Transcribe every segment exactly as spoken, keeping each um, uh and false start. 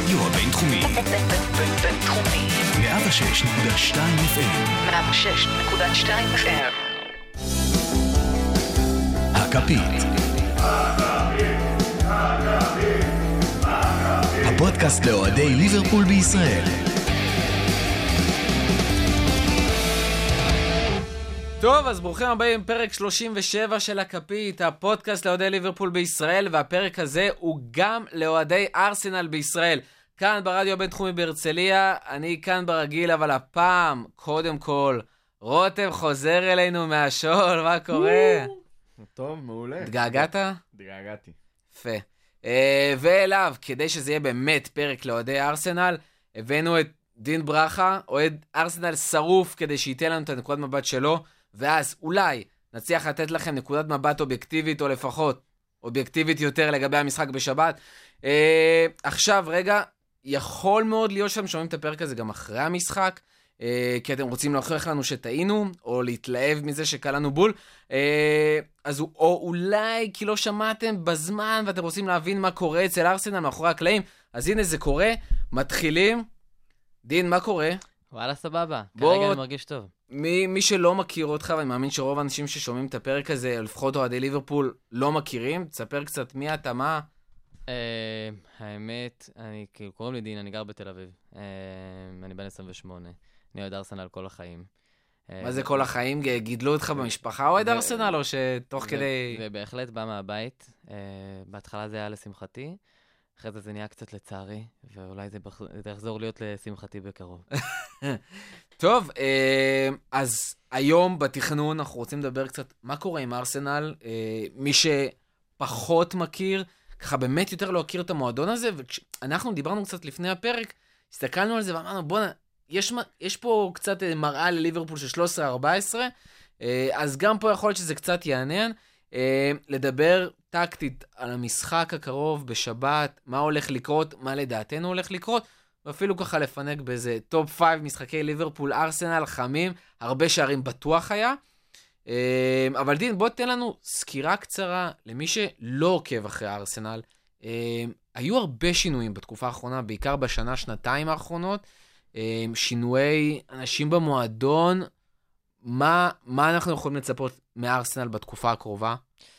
הרדיו הבינתחומי. בינתחומי. מאה ושש נקודה שתיים אף אם. מאה ושש נקודה שתיים אף אם. הכפית. הפודקאסט לאוהדי ליברפול בישראל. טוב, אז ברוכים הבאים, פרק שלושים ושבע של הכפית, הפודקאסט לאוהדי ליברפול בישראל, והפרק הזה הוא גם לאוהדי ארסנל בישראל. כאן ברדיו הבינתחומי בהרצליה, אני כאן ברגיל, אבל הפעם, קודם כל, רותם חוזר אלינו מהשול, מה קורה? טוב, מעולה. התגעגעת? התגעגעתי. יפה. ואליו, כדי שזה יהיה באמת פרק לאוהדי ארסנל, הבאנו את דין ברכה, אוהד ארסנל שרוף, כדי שייתן לנו את הנקודת מבט שלו, ואז אולי נצליח לתת לכם נקודת מבט אובייקטיבית, או לפחות אובייקטיבית יותר לגבי המשחק בשבת. אה, עכשיו, רגע, יכול מאוד להיות שאתם שומעים את הפרק הזה גם אחרי המשחק, אה, כי אתם רוצים להוכיח לנו שטעינו, או להתלהב מזה שקל לנו בול, אה, אז, או אולי כי לא שמעתם בזמן, ואתם רוצים להבין מה קורה אצל ארסנל מאחורי הקלעים, אז הנה זה קורה, מתחילים. דין, מה קורה? וואלה, סבבה. בוא... כרגע אני מרגיש טוב. מי, מי שלא מכיר אותך, ואני מאמין שרוב האנשים ששומעים את הפרק הזה, לפחות אוהדי ליברפול, לא מכירים, תספר קצת מי אתה, מה? Uh, האמת, אני, כאילו, קוראים לי דין, אני גר בתל אביב. Uh, אני בן עשרים ושמונה. אני אוהד ארסנל כל החיים. Uh, מה זה כל החיים? גידלו אותך במשפחה אוהד ארסנל, או שתוך כדי... ובהחלט בא מהבית. Uh, בהתחלה זה היה לשמחתי. אחרי זה זה נהיה קצת לצערי, ואולי זה, בח... זה יחזור להיות לשמחתי בקרוב. טוב, אז היום בתכנון אנחנו רוצים לדבר קצת מה קורה עם ארסנל, מי שפחות מכיר, ככה באמת יותר לא הכיר את המועדון הזה, ואנחנו דיברנו קצת לפני הפרק, הסתכלנו על זה ואמרנו, בוא, יש, יש פה קצת מראה לליברפול של שלוש עשרה ארבע עשרה, אז גם פה יכול להיות שזה קצת יעניין, לדבר טקטית על המשחק הקרוב בשבת, מה הולך לקרות, מה לדעתנו הולך לקרות, ואפילו ככה לפנק באיזה טופ חמש משחקי ליברפול ארסנל חמים, הרבה שערים בטוח היה. אבל דין, בוא תן לנו סקירה קצרה למי שלא עוקב אחרי ארסנל. היו הרבה שינויים בתקופה האחרונה, בעיקר בשנה, שנתיים האחרונות, שינויי אנשים במועדון. מה, מה אנחנו יכולים לצפות מארסנל בתקופה הקרובה?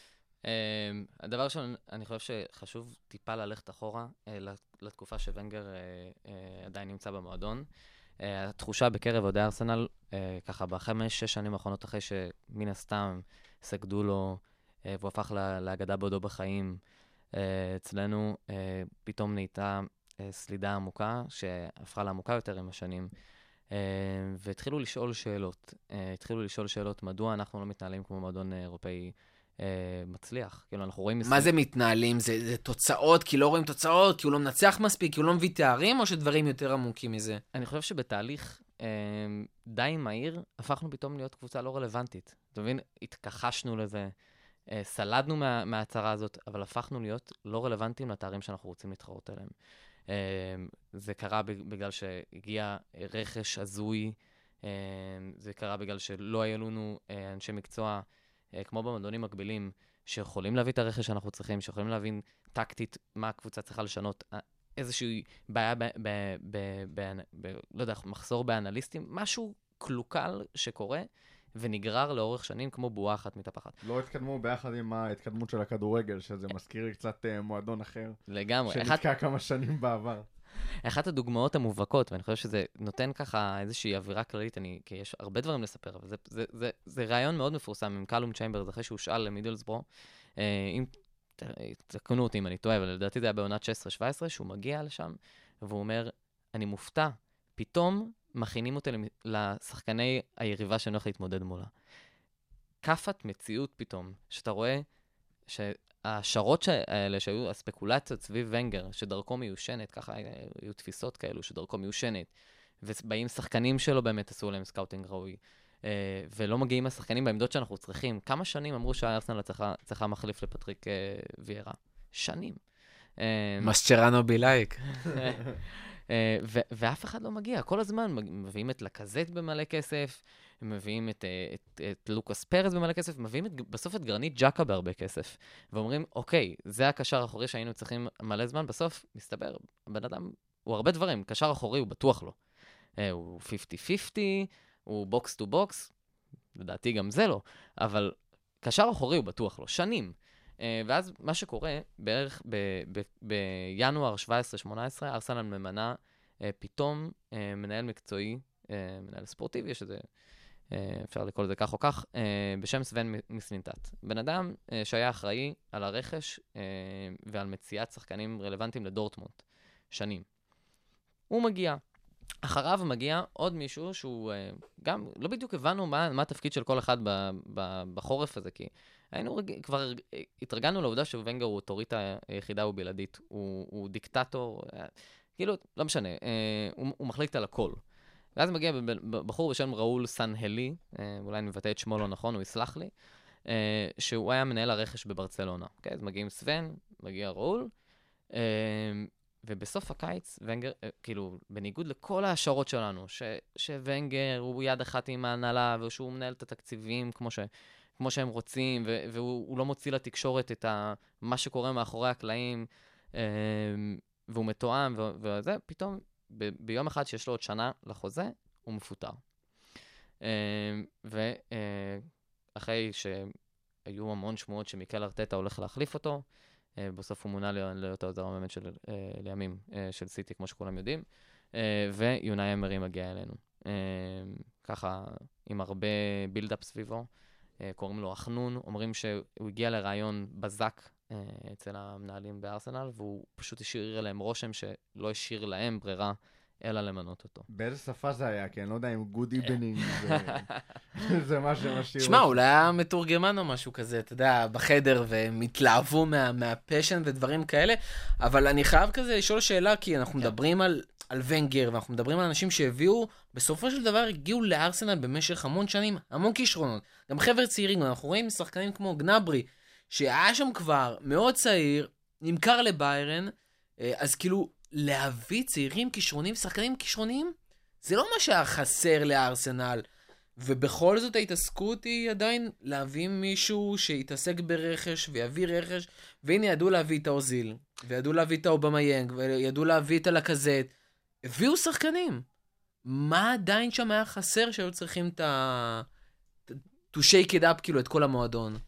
הדבר ראשון, אני חושב שחשוב טיפה ללכת אחורה לתקופה שוונגר עדיין נמצא במועדון. התחושה בקרב אוהדי ארסנל, ככה בחמש, שש שנים האחרונות אחרי שמן הסתם סגדו לו, והוא הפך להגדה בעודו בחיים, אצלנו פתאום נהייתה סלידה עמוקה, שהפכה לעמוקה יותר עם השנים, והתחילו לשאול שאלות. התחילו לשאול שאלות, מדוע אנחנו לא מתנהלים כמו מועדון אירופאי מצליח. כאילו, אנחנו רואים... מה זה מתנהלים? זה, זה תוצאות, כי לא רואים תוצאות, כי הוא לא מנצח מספיק, כי הוא לא מביא תארים, או שדברים יותר עמוקים מזה? אני חושב שבתהליך אה, די מהיר, הפכנו פתאום להיות קבוצה לא רלוונטית. אתה מבין? התכחשנו לזה, אה, סלדנו מה, מההצהרה הזאת, אבל הפכנו להיות לא רלוונטיים לתארים שאנחנו רוצים להתחרות עליהם. אה, זה קרה בגלל שהגיע רכש הזוי, אה, זה קרה בגלל שלא היו לנו אה, אנשי מקצוע, כמו במועדונים מקבילים, שיכולים להביא את הרכש שאנחנו צריכים, שיכולים להבין טקטית מה הקבוצה צריכה לשנות, איזושהי בעיה, ב, ב, ב, ב, ב, לא יודע, מחסור באנליסטים, משהו קלוקל שקורה ונגרר לאורך שנים כמו בועה אחת מתהפכת. לא התקדמו ביחד עם ההתקדמות של הכדורגל, שזה מזכיר לי קצת מועדון אחר. לגמרי. שנתקע כמה שנים בעבר. אחת הדוגמאות המובהקות, ואני חושב שזה נותן ככה איזושהי אווירה כללית, אני, כי יש הרבה דברים לספר, אבל זה, זה, זה, זה רעיון מאוד מפורסם עם קלום צ'יימברס, אחרי שהוא שאל למידלסבורו, אה, אם, תקנו אותי אם אני טועה, אבל לדעתי זה היה בעונת שש עשרה שבע עשרה, שהוא מגיע לשם, והוא אומר, אני מופתע, פתאום מכינים אותי לשחקני היריבה שאני הולך להתמודד מולה. כפת מציאות פתאום, שאתה רואה ש... השערות האלה שהיו הספקולציות סביב ונגר, שדרכו מיושנת, ככה היו תפיסות כאלו שדרכו מיושנת, ובאים שחקנים שלו באמת עשו להם סקאוטינג ראוי, ולא מגיעים השחקנים בעמדות שאנחנו צריכים. כמה שנים אמרו שהארסנל צריכה, צריכה מחליף לפטריק ויירה? שנים. מסצ'רנו בילייק. ו- ואף אחד לא מגיע. כל הזמן מביאים את לקזט במלא כסף, מביאים את, את, את לוקאס פרס במלא כסף, מביאים את, בסוף את גרנית ג'קה בהרבה כסף. ואומרים, אוקיי, זה הקשר האחורי שהיינו צריכים מלא זמן, בסוף מסתבר, הבן אדם הוא הרבה דברים, קשר אחורי הוא בטוח לא. אה, הוא חמישים חמישים, הוא בוקס טו בוקס, לדעתי גם זה לא, אבל קשר אחורי הוא בטוח לא, שנים. אה, ואז מה שקורה, בערך ב- ב- בינואר שבע עשרה שמונה עשרה, ארסנל ממנה אה, פתאום אה, מנהל מקצועי, אה, מנהל ספורטיבי, יש איזה, אה, אפשר לקרוא לזה כך או כך, אה, בשם סוון מסלינטט. בן אדם אה, שהיה אחראי על הרכש אה, ועל מציאת שחקנים רלוונטיים לדורטמונד, שנים. הוא מגיע. אחריו מגיע עוד מישהו שהוא uh, גם, לא בדיוק הבנו מה, מה התפקיד של כל אחד ב, ב, בחורף הזה, כי היינו רג... כבר התרגלנו לעובדה שוונגר הוא אוטוריטה היחידה ובלעדית, הוא, הוא דיקטטור, uh, כאילו, לא משנה, uh, הוא, הוא מחליט על הכל. ואז מגיע בחור בשם ראול סנהלי, uh, אולי אני מבטא את שמו לא נכון, הוא יסלח לי, uh, שהוא היה מנהל הרכש בברצלונה. Okay? אז מגיעים סוון, מגיע ראול, uh, ובסוף הקיץ, ונגר, כאילו, בניגוד לכל ההשערות שלנו, ש, שוונגר הוא יד אחת עם ההנהלה, ושהוא מנהל את התקציבים כמו, ש, כמו שהם רוצים, ו, והוא לא מוציא לתקשורת את ה, מה שקורה מאחורי הקלעים, והוא מתואם, ו, וזה, פתאום, ב, ביום אחד שיש לו עוד שנה לחוזה, הוא מפוטר. ואחרי שהיו המון שמועות שמיקל ארטטה הולך להחליף אותו, בסוף הוא מונה להיות העוזר המאמן של לימים של סיטי, כמו שכולם יודעים, ויונאי אמרי מגיע אלינו. ככה, עם הרבה בילדאפ סביבו, קוראים לו אחנון, אומרים שהוא הגיע לרעיון בזק אצל המנהלים בארסנל, והוא פשוט השאיר להם רושם שלא השאיר להם ברירה, אלא למנות אותו. באיזה שפה זה היה? כי אני לא יודע אם גוד איבנינג זה מה שמשאיר. שמע, אולי היה מתורגמן או משהו כזה, אתה יודע, בחדר, והם התלהבו מהפשן ודברים כאלה, אבל אני חייב כזה לשאול שאלה, כי אנחנו מדברים על על ונגר, ואנחנו מדברים על אנשים שהביאו, בסופו של דבר הגיעו לארסנל במשך המון שנים, המון כישרונות. גם חבר'ה צעירים, אנחנו רואים שחקנים כמו גנברי, שהיה שם כבר מאוד צעיר, נמכר לביירן, אז כאילו, להביא צעירים כישרונים, שחקנים כישרונים, זה לא מה שהיה חסר לארסנל. ובכל זאת ההתעסקות היא עדיין להביא מישהו שיתעסק ברכש ויביא רכש, והנה ידעו להביא את האוזיל, וידעו להביא את האובמיאנג, וידעו להביא את הלקזט. הביאו שחקנים. מה עדיין שם היה חסר שהיו צריכים את ה... to shake it up, כאילו, את כל המועדון?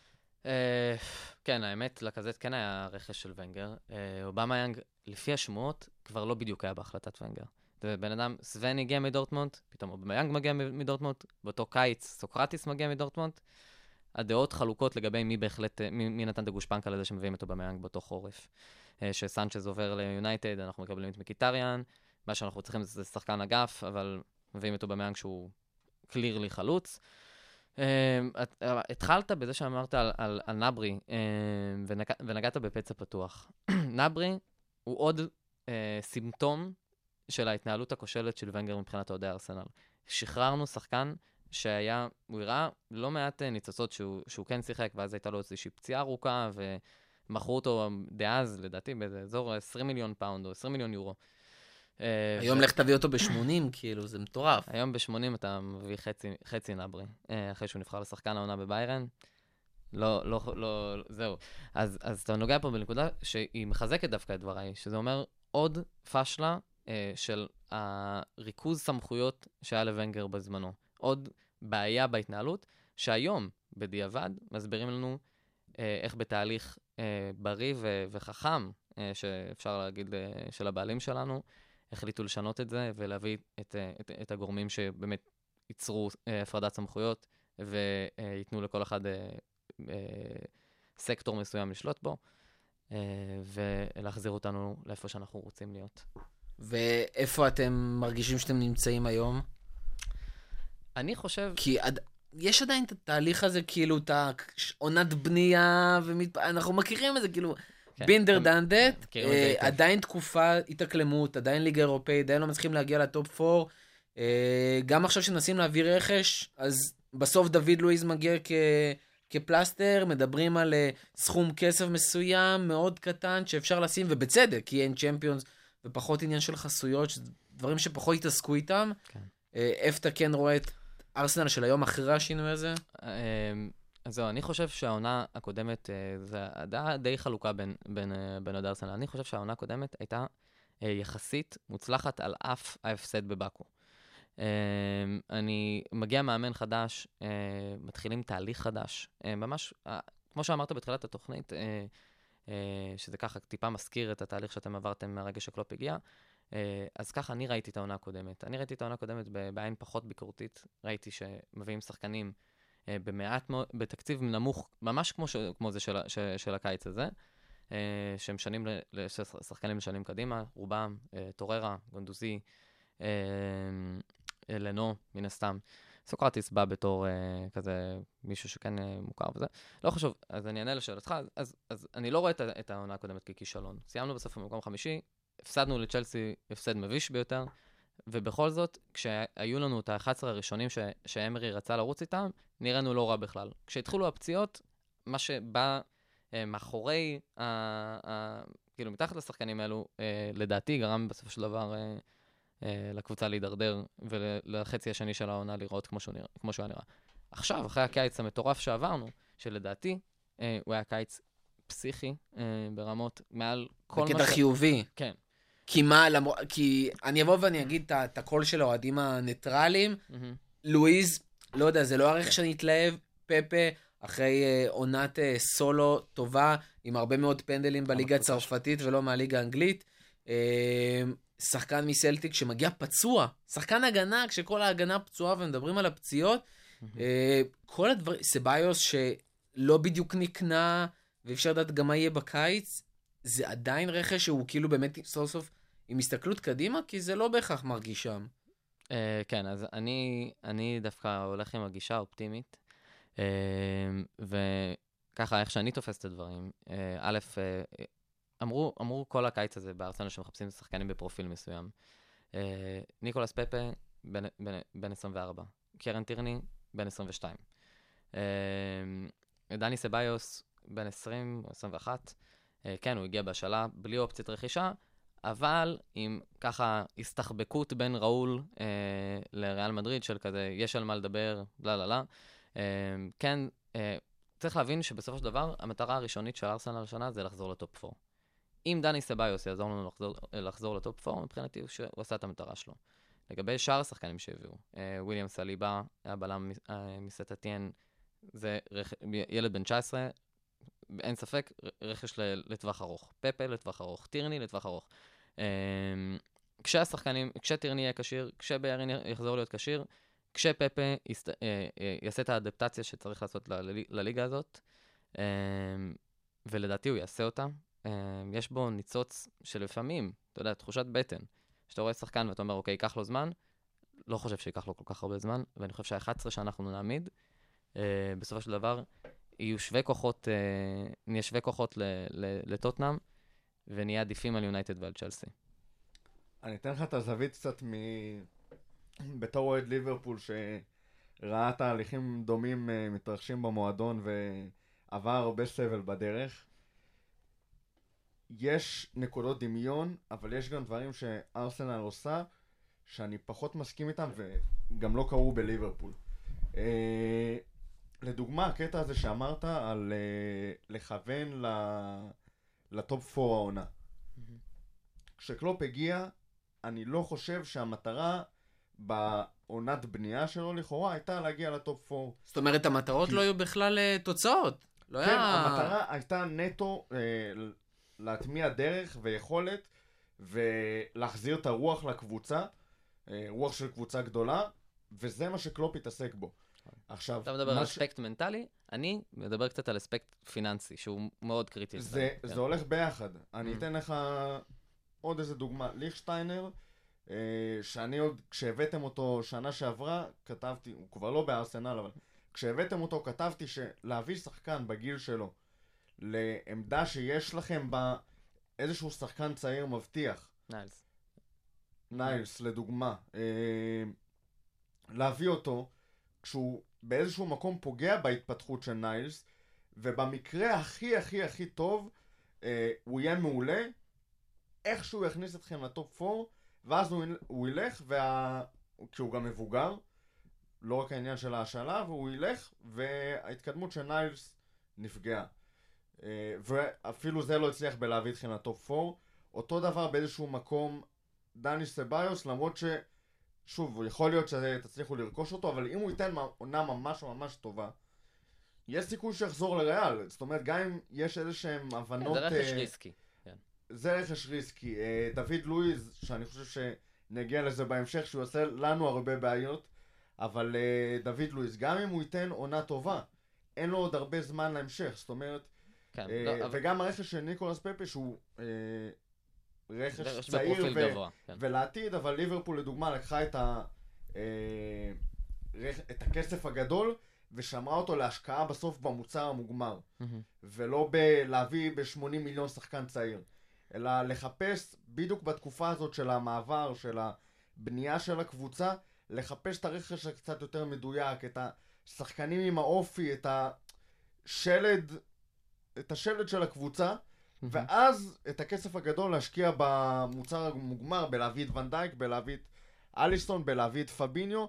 כן, האמת, לקזט כן היה רכש של ונגר. אובמיאנג, לפי השמועות, כבר לא בדיוק היה בהחלטת ונגר. בן אדם, סוון הגיע מדורטמונד, פתאום אובמיאנג מגיע מדורטמונד, באותו קיץ סוקרטיס מגיע מדורטמונד. הדעות חלוקות לגבי מי בהחלט, מי, מי נתן את הגושפנקה לזה שמביאים את אובמיאנג באותו חורף. שסנצ'ז עובר ליונייטד, אנחנו מקבלים את מקיטריאן, מה שאנחנו צריכים זה שחקן אגף, אבל מביאים את אובמיאנג שהוא קלירלי חלוץ. התחלת בזה שאמרת על, על, על נברי, ונג, ונגעת בפצע פתוח. נברי הוא עוד סימפטום של ההתנהלות הכושלת של ונגר מבחינת אוהדי ארסנל. שחררנו שחקן שהיה, הוא הראה לא מעט ניצוצות שהוא, שהוא כן שיחק, ואז הייתה לו איזושהי פציעה ארוכה, ומכרו אותו דאז, לדעתי, באיזה אזור עשרים מיליון פאונד או עשרים מיליון יורו. היום לך תביא אותו ב-שמונים, כאילו, זה מטורף. היום ב-שמונים אתה מביא חצי, חצי נברי, אחרי שהוא נבחר לשחקן העונה בביירן. לא, לא, לא, זהו. אז, אז אתה נוגע פה בנקודה שהיא מחזקת דווקא את דבריי, שזה אומר עוד פשלה של הריכוז סמכויות שהיה לוונגר בזמנו. עוד בעיה בהתנהלות, שהיום, בדיעבד, מסבירים לנו איך בתהליך בריא וחכם, שאפשר להגיד של הבעלים שלנו, החליטו לשנות את זה ולהביא את, את, את הגורמים שבאמת ייצרו הפרדת סמכויות וייתנו לכל אחד סקטור מסוים לשלוט בו, ולהחזיר אותנו לאיפה שאנחנו רוצים להיות. ואיפה אתם מרגישים שאתם נמצאים היום? אני חושב... כי עד... יש עדיין את התהליך הזה, כאילו, את העונת בנייה, ואנחנו מכירים את זה, כאילו, בינדר דנדט, עדיין תקופה התאקלמות, עדיין ליגה אירופאית, עדיין לא מצליחים להגיע לטופ ארבע, גם עכשיו שנסים להביא רכש, אז בסוף דוד לואיז מגיע כפלסטר, מדברים על סכום כסף מסוים, מאוד קטן, שאפשר לשים, ובצדק, כי אין צ'מפיונס, ופחות עניין של חסויות, דברים שפחות התעסקו איתם. איפה אתה כן רואה את ארסנל של היום אחרי השינוי הזה? אז זהו, אני חושב שהעונה הקודמת, זה די חלוקה בין, בין, בין עוד ארסנל. אני חושב שהעונה הקודמת הייתה יחסית מוצלחת על אף ההפסד בבאקו. אני מגיע מאמן חדש, מתחילים תהליך חדש, ממש, כמו שאמרת בתחילת התוכנית, שזה ככה טיפה מזכיר את התהליך שאתם עברתם מהרגע שקלופ הגיע, אז ככה אני ראיתי את העונה הקודמת. אני ראיתי את העונה הקודמת בעין פחות ביקורתית, ראיתי שמביאים שחקנים במעט, בתקציב נמוך, ממש כמו, ש, כמו זה של, של, של הקיץ הזה, שמשנים, ששחקנים משנים קדימה, רובם, טוררה, גונדוזי, לנו, מן הסתם. סוקרטיס בא בתור uh, כזה מישהו שכן uh, מוכר וזה. לא חשוב, אז אני אענה לשאלתך, אז, אז, אז אני לא רואה את, את העונה הקודמת ככישלון. סיימנו בסוף במקום חמישי, הפסדנו לצ'לסי, הפסד מביש ביותר, ובכל זאת, כשהיו לנו את ה-אחד עשר הראשונים ש- שאמרי רצה לרוץ איתם, נראינו לא רע בכלל. כשהתחילו הפציעות, מה שבא uh, מאחורי, uh, uh, כאילו מתחת לשחקנים האלו, uh, לדעתי גרם בסופו של דבר... Uh, לקבוצה להידרדר ולחצי השני של העונה לראות כמו שהוא, נראה, כמו שהוא היה נראה. עכשיו, אחרי הקיץ המטורף שעברנו, שלדעתי הוא היה קיץ פסיכי ברמות מעל כל מה ש... בקטע חיובי. כן. כי מה, למר... כי אני אבוא ואני אגיד את הקול של האוהדים הניטרליים, לואיז, לא יודע, זה לא ערך שאני אתלהב, פפה, אחרי עונת סולו טובה, עם הרבה מאוד פנדלים בליגה הצרפתית ולא מהליגה האנגלית, שחקן מסלטיק שמגיע פצוע, שחקן הגנה, כשכל ההגנה פצועה ומדברים על הפציעות, כל הדברים, סביוס שלא בדיוק נקנה, ואפשר לדעת גם מה יהיה בקיץ, זה עדיין רכש שהוא כאילו באמת סוף סוף עם הסתכלות קדימה, כי זה לא בהכרח מרגיש שם. כן, אז אני דווקא הולך עם הגישה האופטימית, וככה איך שאני תופס את הדברים, א', אמרו, אמרו כל הקיץ הזה בארסנל שמחפשים שחקנים בפרופיל מסוים. אה, ניקולס פפה, בן, בן, בן עשרים וארבע. קרן טירני, בן עשרים ושתיים. אה, דני סביוס, בן עשרים או עשרים ואחת. אה, כן, הוא הגיע בהשאלה, בלי אופציית רכישה, אבל עם ככה הסתחבקות בין ראול אה, לריאל מדריד, של כזה, יש על מה לדבר, בלה לה לה. אה, כן, אה, צריך להבין שבסופו של דבר, המטרה הראשונית של ארסנל השנה זה לחזור לטופ ארבע. אם דני סביוס יעזור לנו לחזור, לחזור לטופ ארבע, מבחינתי הוא, הוא עשה את המטרה שלו. לגבי שאר השחקנים שהביאו, וויליאם סליבה, הבלם מסטטיין, זה רכ... ילד בן תשע עשרה, אין ספק, רכש לטווח ארוך. פפה לטווח ארוך, טירני לטווח ארוך. כשהשחקנים, כשטירני יהיה קשיר, כשביירין יחזור להיות קשיר, כשפפה יסת... יעשה את האדפטציה שצריך לעשות ל... לליגה הזאת, ולדעתי הוא יעשה אותה, יש בו ניצוץ שלפעמים, אתה יודע, תחושת בטן, שאתה רואה שחקן ואתה אומר, אוקיי, ייקח לו זמן, לא חושב שיקח לו כל כך הרבה זמן, ואני חושב שה-אחד עשר שאנחנו נעמיד, בסופו של דבר, יהיו שווה כוחות, נהיה שווה כוחות לטוטנאם, ונהיה עדיפים על יונייטד ועל צ'לסי. אני אתן לך את הזווית קצת מ... בתור אוהד ליברפול, שראה תהליכים דומים מתרחשים במועדון, ועבר הרבה סבל בדרך. יש נקודות דמיון, אבל יש גם דברים שארסנל עושה, שאני פחות מסכים איתם, וגם לא קרו בליברפול. אה, לדוגמה, הקטע הזה שאמרת על אה, לכוון לטופ ארבע העונה. כשקלופ הגיע, אני לא חושב שהמטרה בעונת בנייה שלו לכאורה הייתה להגיע לטופ ארבע. זאת אומרת, המטרות כי... לא היו בכלל תוצאות. לא כן, היה... המטרה הייתה נטו אה, להטמיע דרך ויכולת ולהחזיר את הרוח לקבוצה, אה, רוח של קבוצה גדולה, וזה מה שקלופ התעסק בו. עכשיו, אתה מדבר על ש... אספקט מנטלי, אני מדבר קצת על אספקט פיננסי, שהוא מאוד קריטי. זה, כן. זה הולך ביחד. אני Mm. אתן לך עוד איזה דוגמה. ליכשטיינר, אה, שאני עוד, כשהבאתם אותו שנה שעברה, כתבתי, הוא כבר לא בארסנל, אבל כשהבאתם אותו כתבתי שלהביא שחקן בגיל שלו, לעמדה שיש לכם בה איזשהו שחקן צעיר מבטיח. ניילס. ניילס, לדוגמה. אה, להביא אותו כשהוא באיזשהו מקום פוגע בהתפתחות של ניילס, ובמקרה הכי הכי הכי טוב, אה, הוא יהיה מעולה, איכשהו יכניס אתכם לטופ ארבע, ואז הוא, הוא ילך, וה... כי הוא גם מבוגר, לא רק העניין של ההשאלה, והוא ילך, וההתקדמות של ניילס נפגעה. Uh, ואפילו זה לא הצליח בלהביא אתכם לטופ ארבע. אותו דבר באיזשהו מקום דני סביוס, למרות ש... שוב, יכול להיות שתצליחו לרכוש אותו, אבל אם הוא ייתן עונה ממש ממש טובה, יש סיכוי שיחזור לריאל. זאת אומרת, גם אם יש איזה שהם הבנות... זה רכש ריסקי. זה רכש ריסקי. דוד לואיז, שאני חושב שנגיע לזה בהמשך, שהוא עושה לנו הרבה בעיות, אבל דוד לואיז, גם אם הוא ייתן עונה טובה, אין לו עוד הרבה זמן להמשך. זאת אומרת, וגם הרכש של ניקולס פפה, שהוא רכש צעיר ולעתיד, אבל ליברפול לדוגמה לקחה את הכסף הגדול, ושמרה אותו להשקעה בסוף במוצר המוגמר, ולא להביא ב-שמונים מיליון שחקן צעיר, אלא לחפש בדיוק בתקופה הזאת של המעבר, של הבנייה של הקבוצה, לחפש את הרכש הקצת יותר מדויק, את השחקנים עם האופי, את השלד, את השלד של הקבוצה, ואז את הכסף הגדול להשקיע במוצר המוגמר, בלהביא את ונדייק, בלהביא את אליסון, בלהביא את פביניו,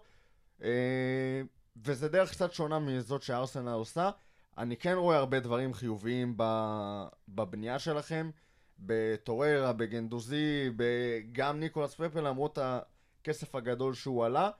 וזה דרך קצת שונה מזאת שארסנל עושה. אני כן רואה הרבה דברים חיוביים בבנייה שלכם, בטוררה, בגנדוזי, גם ניקולס פפה, למרות הכסף הגדול שהוא עלה,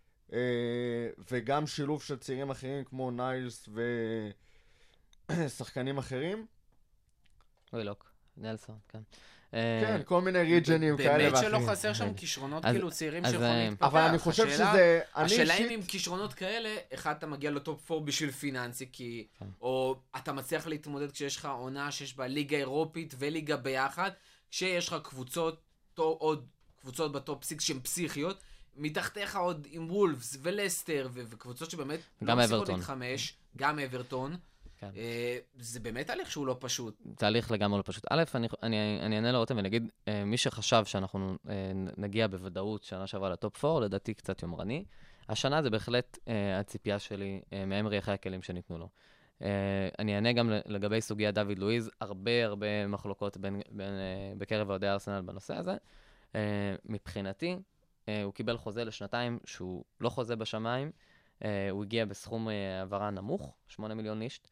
וגם שילוב של צעירים אחרים כמו ניילס ושחקנים אחרים. ווילוק, נלסון, כן. כן, כל מיני ריג'נים כאלה באמת ואחרים. שלא חסר שם כישרונות כאילו צעירים שיכולים להתפתח. אבל אני חושב שזה... השאלה אם עם כישרונות כאלה, אחד אתה מגיע לטופ ארבע בשביל פיננסי, כי... או אתה מצליח להתמודד כשיש לך עונה שיש בה ליגה אירופית וליגה ביחד, כשיש לך קבוצות, עוד קבוצות בטופ שש שהן פסיכיות, מתחתיך עוד עם וולפס ולסטר, וקבוצות שבאמת לא מצליחות להתחמש, גם אברטון. זה באמת תהליך שהוא לא פשוט. תהליך לגמרי לא פשוט. א', אני אענה לרותם ונגיד, מי שחשב שאנחנו נגיע בוודאות שנה שעברה לטופ ארבע, לדעתי קצת יומרני. השנה זה בהחלט הציפייה שלי מאמרי אחרי הכלים שניתנו לו. אני אענה גם לגבי סוגיה דוד לואיז, הרבה הרבה מחלוקות בקרב אוהדי ארסנל בנושא הזה. מבחינתי, הוא קיבל חוזה לשנתיים שהוא לא חוזה בשמיים, הוא הגיע בסכום העברה נמוך, שמונה מיליון אישט.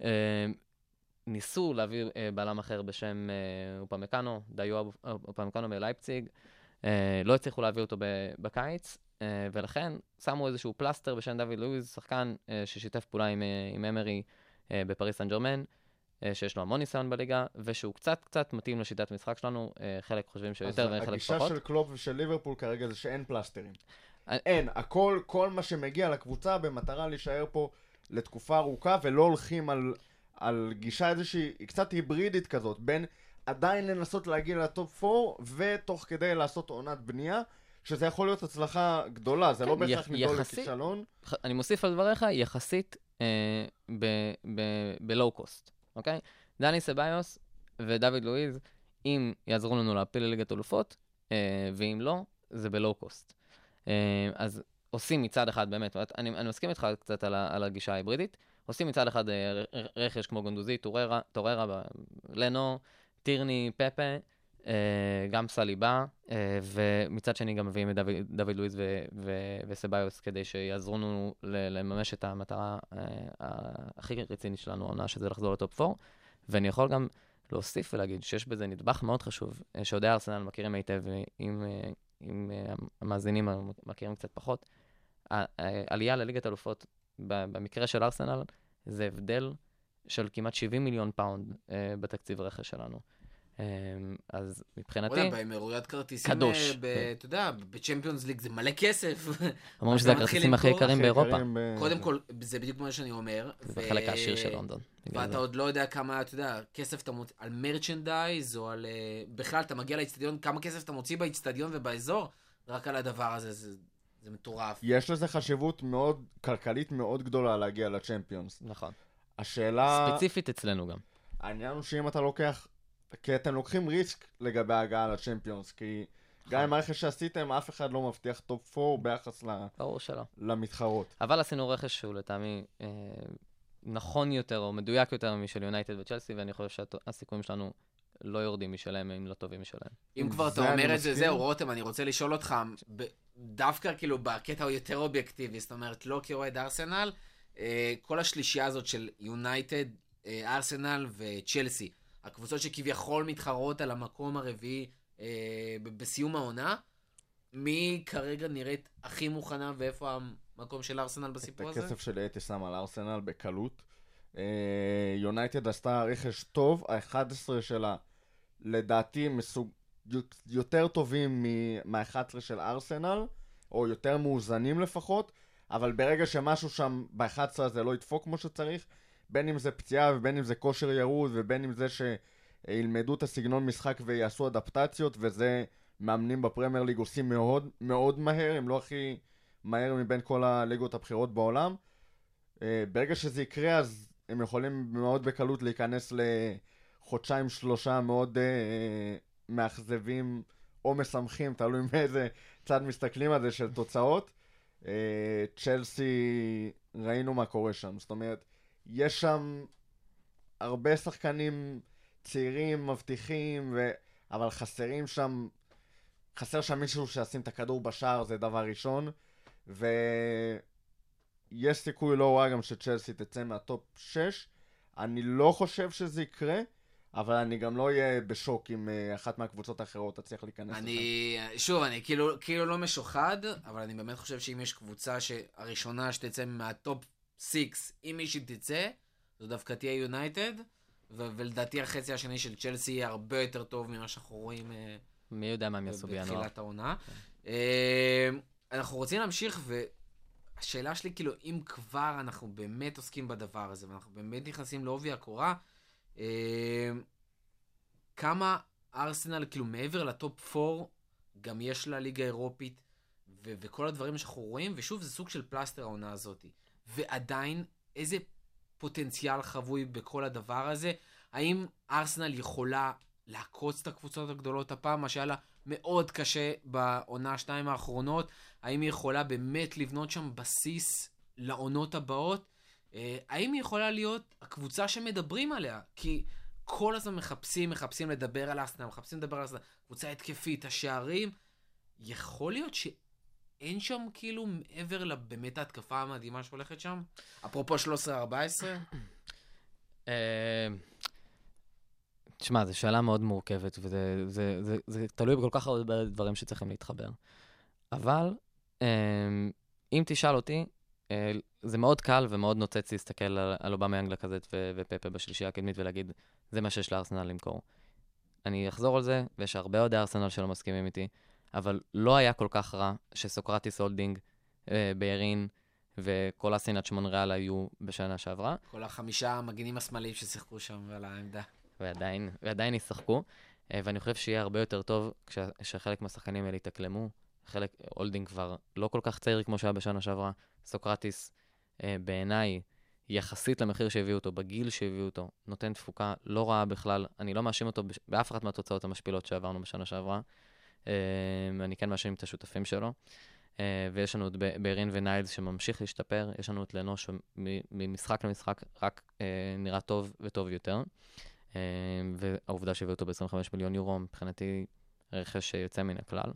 ניסו להביא בעלם אחר בשם אופמקאנו, דיו אופמקאנו מלייפציג, לא הצליחו להביא אותו בקיץ, ולכן שמו איזשהו פלסטר בשם דוד לואיז, שחקן ששיתף פעולה עם אמרי בפריס סן ז'רמן, שיש לו המון ניסיון בליגה, ושהוא קצת קצת מתאים לשיטת משחק שלנו, חלק חושבים שיותר וחלק פחות. הגישה של קלופ ושל ליברפול כרגע זה שאין פלסטרים. אין, הכל, כל מה שמגיע לקבוצה במטרה להישאר פה לתקופה ארוכה, ולא הולכים על, על גישה איזושהי, קצת היברידית כזאת, בין עדיין לנסות להגיע לטופ ארבע, ותוך כדי לעשות עונת בנייה, שזה יכול להיות הצלחה גדולה, זה כן, לא בהכרח נידול לכישלון. אני מוסיף על דבריך, יחסית אה, בלואו קוסט, אוקיי? דני סביוס ודוד לואיז, אם יעזרו לנו להפיל לליגת אלופות, אה, ואם לא, זה בלואו קוסט. אז עושים מצד אחד באמת, אני, אני מסכים איתך קצת על, על הגישה ההיברידית, עושים מצד אחד רכש כמו גונדוזי, טוררה, טוררה, לנו, טירני, פפה, גם סליבה, ומצד שני גם מביאים את דוד, דוד לואיז ו, ו, וסביוס כדי שיעזרו לנו לממש את המטרה הכי רצינית שלנו, העונה שזה לחזור לטופ ארבע, ואני יכול גם להוסיף ולהגיד שיש בזה נדבך מאוד חשוב, שאוהדי ארסנל מכירים היטב עם... אם המאזינים מכירים קצת פחות, העלייה לליגת אלופות במקרה של ארסנל זה הבדל של כמעט שבעים מיליון פאונד בתקציב רכש שלנו. אז מבחינתי, באמירויות כרטיסים, קדוש. אתה יודע, בצ'מפיונס ליג זה מלא כסף. אומרים שזה הכרטיסים הכי יקרים באירופה. קודם כל, זה בדיוק מה שאני אומר. זה חלק העשיר של לונדון. ואתה עוד לא יודע כמה, אתה יודע, כסף אתה מוציא על מרצ'נדייז, או על... בכלל, אתה מגיע לאצטדיון, כמה כסף אתה מוציא באצטדיון ובאזור, רק על הדבר הזה, זה מטורף. יש לזה חשיבות מאוד, כלכלית מאוד גדולה להגיע לצ'מפיונס. נכון. השאלה... ספציפית אצלנו גם. העניין הוא שאם אתה לוקח... כי אתם לוקחים ריסק לגבי ההגעה לצ'מפיונס, כי גם עם הרכש שעשיתם, אף אחד לא מבטיח טופ ארבע ביחס למתחרות. אבל עשינו רכש שהוא לטעמי נכון יותר או מדויק יותר משל יונייטד וצ'לסי, ואני חושב שהסיכויים שלנו לא יורדים משלהם, אם לא טובים משלהם. אם כבר אתה אומר את זה, זהו, רותם, אני רוצה לשאול אותך, דווקא כאילו בקטע הוא יותר אובייקטיבי, זאת אומרת, לא כאוהד ארסנל, כל השלישייה הזאת של יונייטד, ארסנל וצ'לסי, הקבוצות שכביכול מתחרות על המקום הרביעי אה, בסיום העונה, מי כרגע נראית הכי מוכנה ואיפה המקום של ארסנל בסיפור הזה? את הכסף שלי הייתי שם על ארסנל בקלות. יונייטד עשתה רכש טוב, ה-אחד עשר שלה לדעתי מסוג יותר טובים מה-אחד עשר של ארסנל, או יותר מאוזנים לפחות, אבל ברגע שמשהו שם ב-אחד עשר הזה לא ידפוק כמו שצריך, בין אם זה פציעה ובין אם זה כושר ירוד ובין אם זה שילמדו את הסגנון משחק ויעשו אדפטציות, וזה מאמנים בפרמייר ליג עושים מאוד מאוד מהר, הם לא הכי מהר מבין כל הליגות הבחירות בעולם. ברגע שזה יקרה אז הם יכולים מאוד בקלות להיכנס לחודשיים שלושה מאוד מאכזבים או משמחים, תלוי מאיזה צד מסתכלים על זה, של תוצאות. צ'לסי, ראינו מה קורה שם, זאת אומרת, יש שם הרבה שחקנים צעירים, מבטיחים, ו... אבל חסרים שם, חסר שם מישהו שישים את הכדור בשער, זה דבר ראשון, ויש סיכוי לא רע גם שצ'לסי תצא מהטופ שש. אני לא חושב שזה יקרה, אבל אני גם לא אהיה בשוק אם אחת מהקבוצות האחרות תצליח להיכנס. אני, שוב, אני כאילו, כאילו לא משוחד, אבל אני באמת חושב שאם יש קבוצה שהראשונה שתצא מהטופ שש, אם מישהי תצא, זו דווקא תהיה יונייטד, ו- ולדעתי החצי השני של צ'לסי יהיה הרבה יותר טוב ממה שאנחנו רואים מי יודע מה הם יעשו בינואר. בתחילת העונה. אנחנו רוצים להמשיך, והשאלה שלי, כאילו, אם כבר אנחנו באמת עוסקים בדבר הזה, ואנחנו באמת נכנסים לעובי הקורה, כמה ארסנל, כאילו מעבר לטופ ארבע, גם יש לה ליגה אירופית, ו- וכל הדברים שאנחנו רואים, ושוב, זה סוג של פלסטר העונה הזאת. ועדיין, איזה פוטנציאל חבוי בכל הדבר הזה? האם ארסנל יכולה לעקוץ את הקבוצות הגדולות הפעם, מה שהיה לה מאוד קשה בעונה השתיים האחרונות? האם היא יכולה באמת לבנות שם בסיס לעונות הבאות? האם היא יכולה להיות הקבוצה שמדברים עליה? כי כל הזמן מחפשים, מחפשים לדבר על ארסנל, מחפשים לדבר על ארסנל, קבוצה התקפית, השערים. יכול להיות שאין שם כאילו מעבר לבאמת ההתקפה המדהימה שהולכת שם? אפרופו שלוש עשרה ארבע עשרה? תשמע, זו שאלה מאוד מורכבת, וזה זה, זה, זה תלוי בכל כך הרבה דברים שצריכים להתחבר. אבל אם תשאל אותי, זה מאוד קל ומאוד נוצץ להסתכל על, על אובמה לקזט ו- ופפה בשלישייה הקדמית ולהגיד, זה מה שיש לארסנל למכור. אני אחזור על זה, ויש הרבה עוד ארסנל שלא מסכימים איתי, אבל לא היה כל כך רע שסוקרטיס הולדינג, אה, ביירין וכל הסינט שמונריאל היו בשנה שעברה. כל החמישה המגנים השמאליים ששיחקו שם על העמדה. ועדיין, ועדיין ישחקו, אה, ואני חושב שיהיה הרבה יותר טוב כשחלק מהשחקנים האלה יתקלמו. חלק, הולדינג כבר לא כל כך צעיר כמו שהיה בשנה שעברה. סוקרטיס, אה, בעיניי, יחסית למחיר שהביאו אותו, בגיל שהביאו אותו, נותן תפוקה לא רעה בכלל. אני לא מאשים אותו באף אחת מהתוצאות המשפילות שעברנו בשנה שעברה. אה, אני כן מאשים את השותפים שלו. אה, ויש לנו את ביירין וניילס שממשיך להשתפר. יש לנו את לנו שממשחק למשחק רק אה, נראה טוב וטוב יותר. אה, והעובדה שהביאו אותו ב-עשרים וחמישה מיליון יורו, מבחינתי רכש שיוצא מן הכלל.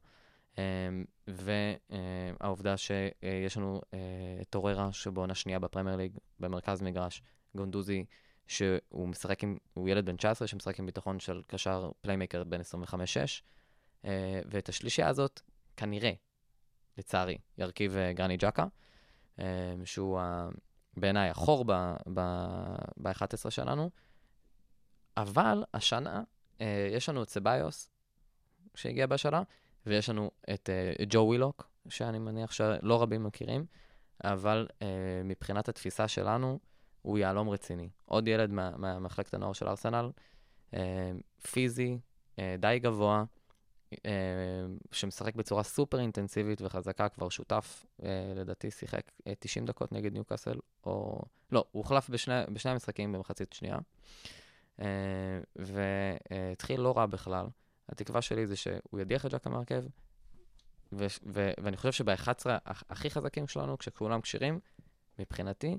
והעובדה שיש לנו את טוררה שבעונה שנייה בפרמייר ליג, במרכז מגרש, גונדוזי, שהוא משחק עם, הוא ילד בן תשע עשרה שמשחק עם ביטחון של קשר פליימייקר בין עשרים וחמש שש, ואת השלישייה הזאת כנראה, לצערי, ירכיב גרני ג'קה, שהוא בעיניי החור ב-אחת עשרה שלנו, אבל השנה יש לנו את סבאיוס שהגיע בשנה, ויש לנו את uh, ג'ו ווילוק, שאני מניח שלא רבים מכירים, אבל uh, מבחינת התפיסה שלנו, הוא יעלום רציני. עוד ילד מהמחלקת הנוער של ארסנל, uh, פיזי, uh, די גבוה, uh, שמשחק בצורה סופר אינטנסיבית וחזקה, כבר שותף, uh, לדעתי שיחק uh, תשעים דקות נגד ניוקאסל, או... לא, הוא הוחלף בשני, בשני המשחקים במחצית שנייה, uh, והתחיל לא רע בכלל. התקווה שלי זה שהוא ידיח את ג'קה מהרכב, ו- ו- ואני חושב שב-אחד עשר הכי חזקים שלנו, כשכולם קשירים, מבחינתי,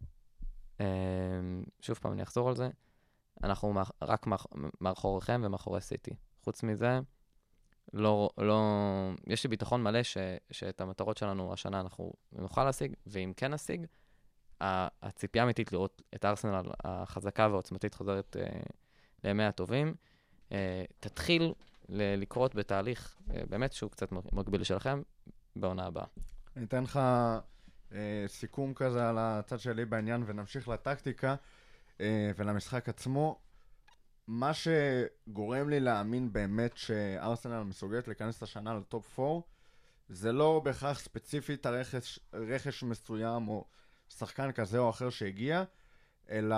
שוב פעם אני אחזור על זה, אנחנו מאח- רק מאח- מאחוריכם ומאחורי סיטי. חוץ מזה, לא, לא, יש לי ביטחון מלא ש- שאת המטרות שלנו השנה אנחנו נוכל להשיג, ואם כן נשיג, הציפייה אמיתית לראות את ארסנל החזקה והעוצמתית חוזרת לימי הטובים. אה, תתחיל ל- לקרות בתהליך, אה, באמת שהוא קצת מקביל שלכם, בעונה הבאה. אני אתן לך אה, סיכום כזה על הצד שלי בעניין, ונמשיך לטקטיקה אה, ולמשחק עצמו. מה שגורם לי להאמין באמת שארסנל מסוגלת להיכנס את השנה לטופ ארבע, זה לא בהכרח ספציפית הרכש, רכש מסוים או שחקן כזה או אחר שהגיע, אלא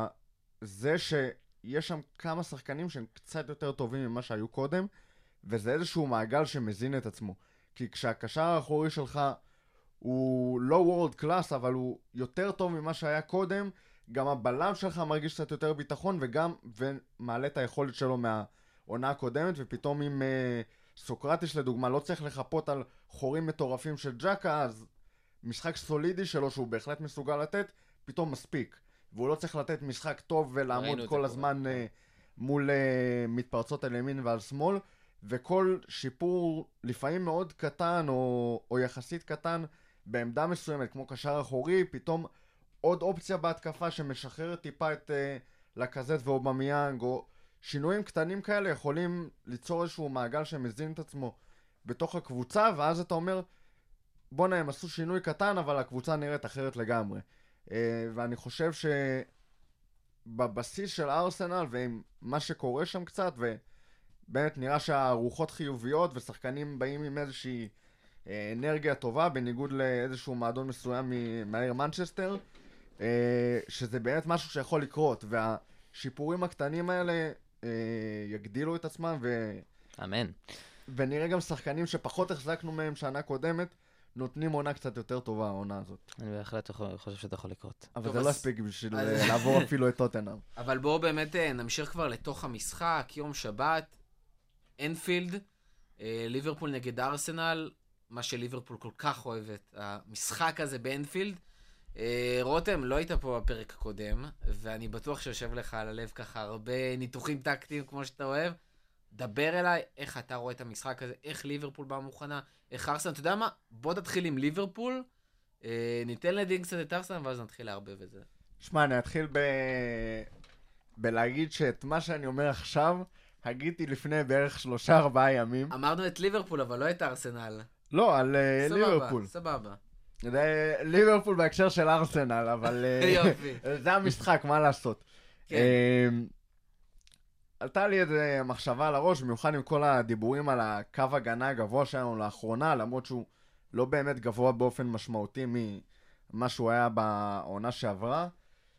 זה שיש שם כמה שחקנים שהם קצת יותר טובים ממה שהיו קודם, וזה איזשהו מעגל שמזין את עצמו. כי כשהקשר האחורי שלך הוא לא וורד קלאס, אבל הוא יותר טוב ממה שהיה קודם, גם הבלם שלך מרגיש קצת יותר ביטחון, וגם ומעלה את היכולת שלו מהעונה הקודמת, ופתאום אם uh, סוקרטיס לדוגמה לא צריך לחפות על חורים מטורפים של ג'קה, אז משחק סולידי שלו שהוא בהחלט מסוגל לתת, פתאום מספיק. והוא לא צריך לתת משחק טוב ולעמוד כל הזמן uh, מול uh, מתפרצות על ימין ועל שמאל, וכל שיפור לפעמים מאוד קטן או, או יחסית קטן בעמדה מסוימת, כמו קשר אחורי, פתאום עוד אופציה בהתקפה שמשחררת טיפה את uh, לקזט ואובמיאנג, או שינויים קטנים כאלה יכולים ליצור איזשהו מעגל שמזין את עצמו בתוך הקבוצה, ואז אתה אומר, בוא נהם, עשו שינוי קטן, אבל הקבוצה נראית אחרת לגמרי. Uh, ואני חושב שבבסיס של ארסנל, ועם מה שקורה שם קצת, ובאמת נראה שהרוחות חיוביות, ושחקנים באים עם איזושהי uh, אנרגיה טובה, בניגוד לאיזשהו מועדון מסוים מהעיר מנצ'סטר, Uh, שזה באמת משהו שיכול לקרות, והשיפורים הקטנים האלה uh, יגדילו את עצמם, ו... אמן. ונראה גם שחקנים שפחות החזקנו מהם שנה קודמת, נותנים עונה קצת יותר טובה, העונה הזאת. אני בהחלט חושב שזה יכול לקרות. אבל טוב, זה אז... לא הספיק בשביל אז... לעבור אפילו את טוטנהאם. אבל בואו באמת נמשיך כבר לתוך המשחק, יום שבת, אנפילד, ליברפול נגד ארסנל, מה שליברפול כל כך אוהבת, המשחק הזה באנפילד. רותם, לא היית פה בפרק הקודם, ואני בטוח שיושב לך על הלב ככה הרבה ניתוחים טקטיים כמו שאתה אוהב. דבר אליי, איך אתה רואה את המשחק הזה, איך ליברפול באה מוכנה, איך ארסנל, אתה יודע מה? בוא תתחיל עם ליברפול, אה, ניתן לדין קצת את ארסנל, ואז נתחיל להרבב את זה. שמע, אני אתחיל ב... בלהגיד שאת מה שאני אומר עכשיו, הגיתי לפני בערך שלושה ארבעה ימים. אמרנו את ליברפול, אבל לא את ארסנל. לא, על uh, סבבה, ליברפול. סבבה. זה ליברפול בהקשר של ארסנל, אבל יופי. זה המשחק, מה לעשות. כן. עלתה לי איזה מחשבה על הראש, במיוחד עם כל הדיבורים על הקו הגנה הגבוה שלנו לאחרונה, למרות שהוא לא באמת גבוה באופן משמעותי ממה שהוא היה בעונה שעברה,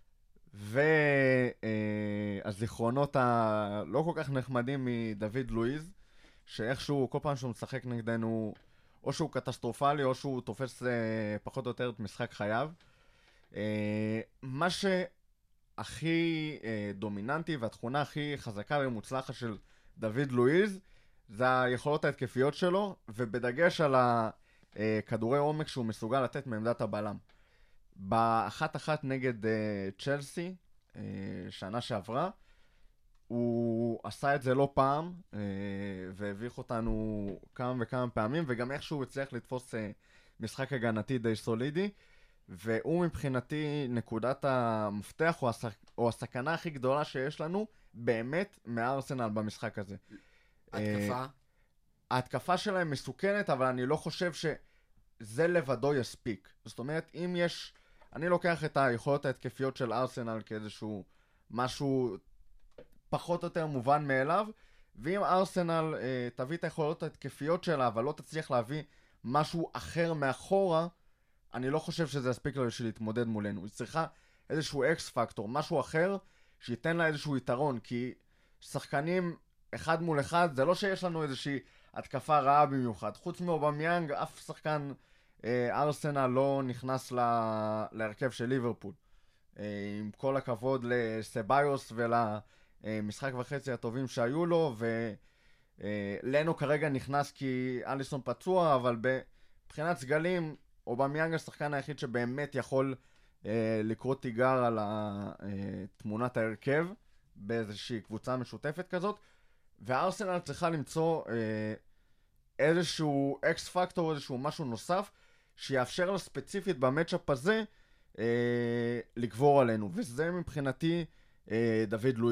והזיכרונות הלא כל כך נחמדים מדוד לואיז, שאיכשהו כל פעם שהוא משחק נגדנו, או שהוא קטסטרופלי, או שהוא תופס אה, פחות או יותר את משחק חייו. אה, מה שהכי אה, דומיננטי, והתכונה הכי חזקה ומוצלחת של דוד לואיז, זה היכולות ההתקפיות שלו, ובדגש על הכדורי עומק שהוא מסוגל לתת מעמדת הבלם. באחת אחת נגד אה, צ'לסי, אה, שנה שעברה, הוא עשה את זה לא פעם, אה, והביך אותנו כמה וכמה פעמים, וגם איכשהו הצליח לתפוס אה, משחק הגנתי די סולידי, והוא מבחינתי נקודת המפתח, או, הסק... או הסכנה הכי גדולה שיש לנו, באמת מארסנל במשחק הזה. התקפה? אה, ההתקפה שלהם מסוכנת, אבל אני לא חושב שזה לבדו יספיק. זאת אומרת, אם יש... אני לוקח את היכולות ההתקפיות של ארסנל כאיזשהו משהו פחות או יותר מובן מאליו, ואם ארסנל אה, תביא את היכולות ההתקפיות שלה, אבל לא תצליח להביא משהו אחר מאחורה, אני לא חושב שזה יספיק לה בשביל להתמודד מולנו. היא צריכה איזשהו אקס פקטור, משהו אחר שייתן לה איזשהו יתרון, כי שחקנים אחד מול אחד, זה לא שיש לנו איזושהי התקפה רעה במיוחד. חוץ מאובמיאנג, אף שחקן אה, ארסנל לא נכנס לה, להרכב של ליברפול. אה, עם כל הכבוד לסביוס ולמשחק וחצי הטובים שהיו לו, ולנו כרגע נכנס כי אליסון פצוע, אבל מבחינת סגלים, אובמיאנג השחקן היחיד שבאמת יכול אה, לקרוא תיגר על תמונת ההרכב באיזושהי קבוצה משותפת כזאת, וארסנל צריכה למצוא אה, איזשהו אקס פקטור, איזשהו משהו נוסף, שיאפשר לה ספציפית במצ'אפ הזה אה, לגבור עלינו, וזה מבחינתי אה, דוד לואיז.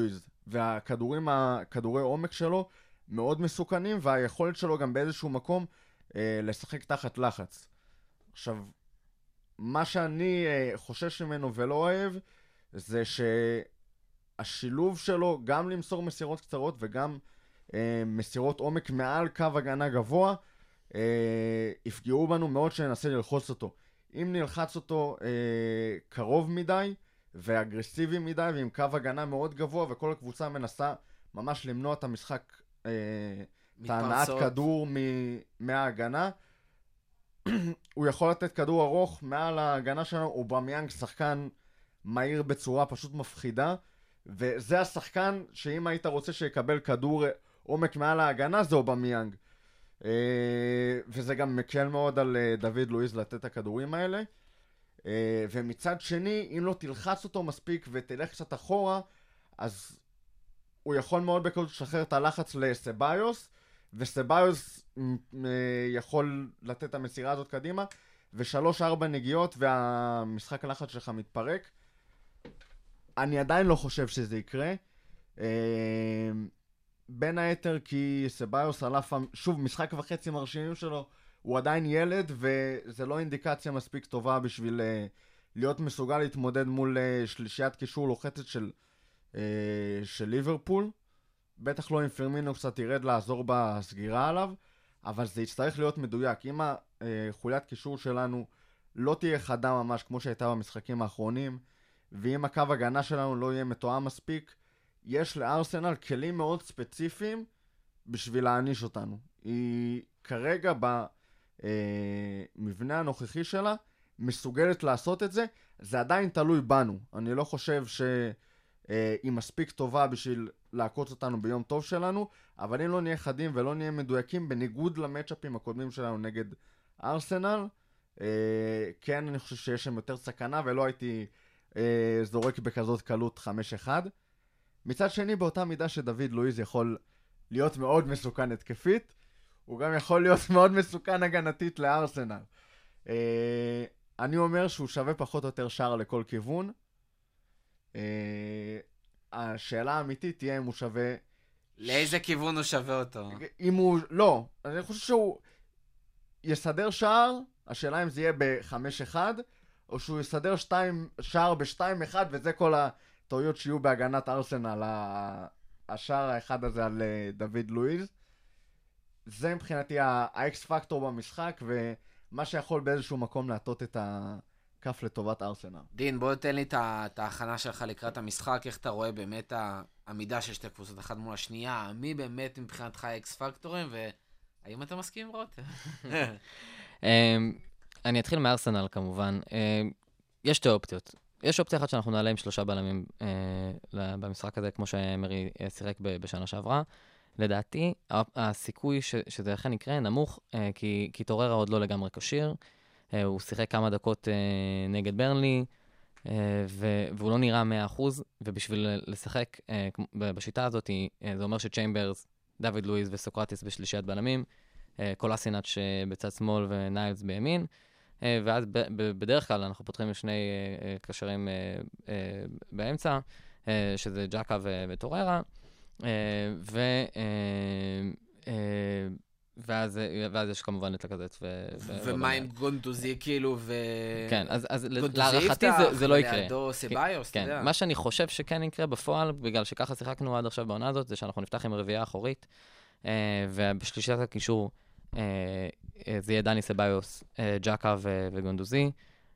והכדורים, הכדורי עומק שלו מאוד מסוכנים, והיכולת שלו גם באיזשהו מקום אה, לשחק תחת לחץ. עכשיו, מה שאני אה, חושש ממנו ולא אוהב, זה שהשילוב שלו גם למסור מסירות קצרות וגם אה, מסירות עומק מעל קו הגנה גבוה, אה, יפגעו בנו מאוד שננסה ללחוץ אותו. אם נלחץ אותו אה, קרוב מדי ואגרסיבי מדי ועם קו הגנה מאוד גבוה וכל הקבוצה מנסה ממש למנוע את המשחק, אה, את ההנעת כדור מ- מההגנה, הוא יכול לתת כדור ארוך מעל ההגנה שלנו. אובמיאנג שחקן מהיר בצורה פשוט מפחידה, וזה השחקן שאם היית רוצה שיקבל כדור עומק מעל ההגנה זה אובמיאנג. Uh, וזה גם מקל מאוד על uh, דוד לואיז לתת את הכדורים האלה. uh, ומצד שני, אם לא תלחץ אותו מספיק ותלך קצת אחורה, אז הוא יכול מאוד בקלות לשחרר את הלחץ לסביוס, וסביוס uh, יכול לתת את המסירה הזאת קדימה, ושלוש ארבע נגיעות והמשחק הלחץ שלך מתפרק. אני עדיין לא חושב שזה יקרה. uh, בין היתר כי סביוס על אף, שוב, משחק וחצי מרשימים שלו, הוא עדיין ילד, וזה לא אינדיקציה מספיק טובה בשביל uh, להיות מסוגל להתמודד מול uh, שלישיית קישור לוחצת של, uh, של ליברפול. בטח לא אם פרמינו קצת ירד לעזור בסגירה עליו, אבל זה יצטרך להיות מדויק. אם החוליית קישור שלנו לא תהיה חדה ממש כמו שהייתה במשחקים האחרונים, ואם הקו הגנה שלנו לא יהיה מתואם מספיק, יש לארסנל כלים מאוד ספציפיים בשביל להעניש אותנו. היא כרגע במבנה הנוכחי שלה מסוגלת לעשות את זה. זה עדיין תלוי בנו. אני לא חושב שהיא מספיק טובה בשביל לעקוץ אותנו ביום טוב שלנו, אבל אם לא נהיה חדים ולא נהיה מדויקים, בניגוד למצ'אפים הקודמים שלנו נגד ארסנל, כן, אני חושב שיש שם יותר סכנה, ולא הייתי זורק בכזאת קלות חמש אחד. מצד שני, באותה מידה שדוד לואיז יכול להיות מאוד מסוכן התקפית, הוא גם יכול להיות מאוד מסוכן הגנתית לארסנל. אה, אני אומר שהוא שווה פחות או יותר שער לכל כיוון. אה, השאלה האמיתית תהיה אם הוא שווה... לאיזה כיוון הוא שווה אותו? אם הוא... לא, אני חושב שהוא יסדר שער, השאלה אם זה יהיה ב-חמש אחד, או שהוא יסדר שתיים, שער ב-שתיים אחד, וזה כל ה... טעויות שיהיו בהגנת ארסנל, השער האחד הזה על דוד לואיז. זה מבחינתי האקס פקטור במשחק, ומה שיכול באיזשהו מקום להטות את הכף לטובת ארסנל. דין, בוא תן לי את ההכנה שלך לקראת המשחק, איך אתה רואה באמת העמידה של שתי קבוצות אחת מול השנייה, מי באמת מבחינתך האקס פקטורים, והאם אתה מסכים עם רותם? אני אתחיל מארסנל כמובן. יש שתי אופציות. יש אופציה אחת שאנחנו נעלה עם שלושה בלמים אה, במשחק הזה, כמו שמרי שיחק בשנה שעברה. לדעתי, הסיכוי ש, שזה לכן יקרה נמוך, אה, כי, כי טוררה עוד לא לגמרי כשיר. אה, הוא שיחק כמה דקות אה, נגד ברנלי, אה, ו, והוא לא נראה מאה אחוז, ובשביל לשחק אה, בשיטה הזאת, אה, זה אומר שצ'יימברס, דוד לואיז וסוקרטיס בשלישיית בלמים, אה, קולאסינאץ' בצד שמאל וניילס בימין, ואז בדרך כלל אנחנו פותחים שני קשרים באמצע, שזה ג'קה וטוררה, ואז יש כמובן את לקזט. ומה עם גונדוזי כאילו, ו... כן, אז להערכתי זה לא יקרה. ולידו סביוס, אתה יודע. מה שאני חושב שכן יקרה בפועל, בגלל שככה שיחקנו עד עכשיו בעונה הזאת, זה שאנחנו נפתח עם רביעייה אחורית, ובשלישיית הקישור, זה יהיה דני סביוס, ג'קה וגונדוזי,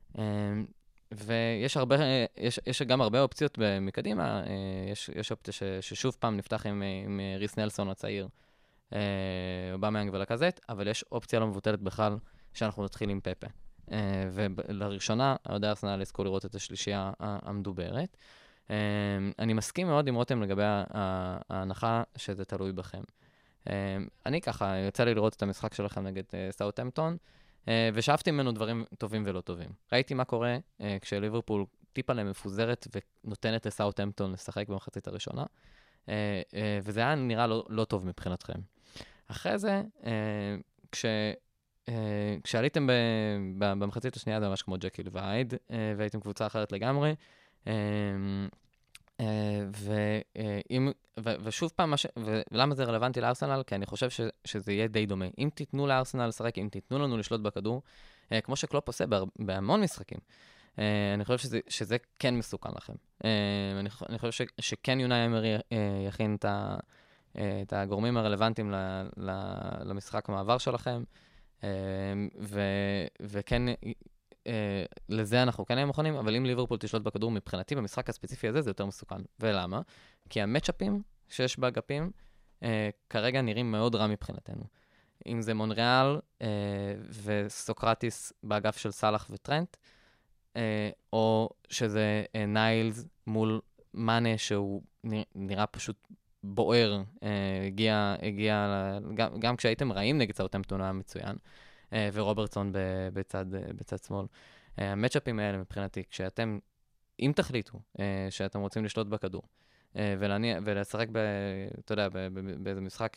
ויש הרבה, יש, יש גם הרבה אופציות מקדימה. יש, יש אופציה ש, ששוב פעם נפתח עם, עם ריס נלסון הצעיר, אובמיאנג ולקזט, אבל יש אופציה לא מבוטלת בכלל שאנחנו נתחיל עם פפה. ולראשונה, עוד ארסנל יזכו לראות את השלישייה המדוברת. אני מסכים מאוד עם רותם לגבי ההנחה שזה תלוי בכם. אני ככה, יוצא לי לראות את המשחק שלכם נגד סאות'המפטון, ושאפתי ממנו דברים טובים ולא טובים. ראיתי מה קורה כשליברפול טיפה למפוזרת ונותנת לסאות'המפטון לשחק במחצית הראשונה, וזה היה נראה לא, לא טוב מבחינתכם. אחרי זה, כש, כשעליתם במחצית השנייה, זה ממש כמו ג'קיל והייד, והייתם קבוצה אחרת לגמרי, ושוב פעם, ולמה זה רלוונטי לארסנל? כי אני חושב שזה יהיה די דומה. אם תיתנו לארסנל לשחק, אם תיתנו לנו לשלוט בכדור, כמו שקלופ עושה בהמון משחקים, אני חושב שזה כן מסוכן לכם. אני חושב שכן יונאי אמרי יכין את הגורמים הרלוונטיים למשחק המעבר שלכם, וכן... לזה אנחנו כן נהיה מוכנים, אבל אם ליברפול תשלוט בכדור מבחינתי במשחק הספציפי הזה, זה יותר מסוכן. ולמה? כי המאצ'אפים שיש באגפים כרגע נראים מאוד רע מבחינתנו. אם זה מונריאל וסוקרטיס באגף של סלאח וטרנט, או שזה ניילס מול מאנה שהוא נראה פשוט בוער, הגיע, הגיע, גם, גם כשהייתם רעים נגד סאות'המפטון היה מצוין, ורוברטסון בצד, בצד שמאל. המאצ'אפים האלה מבחינתי, כשאתם, אם תחליטו שאתם רוצים לשלוט בכדור, ולשחק, אתה יודע, באיזה משחק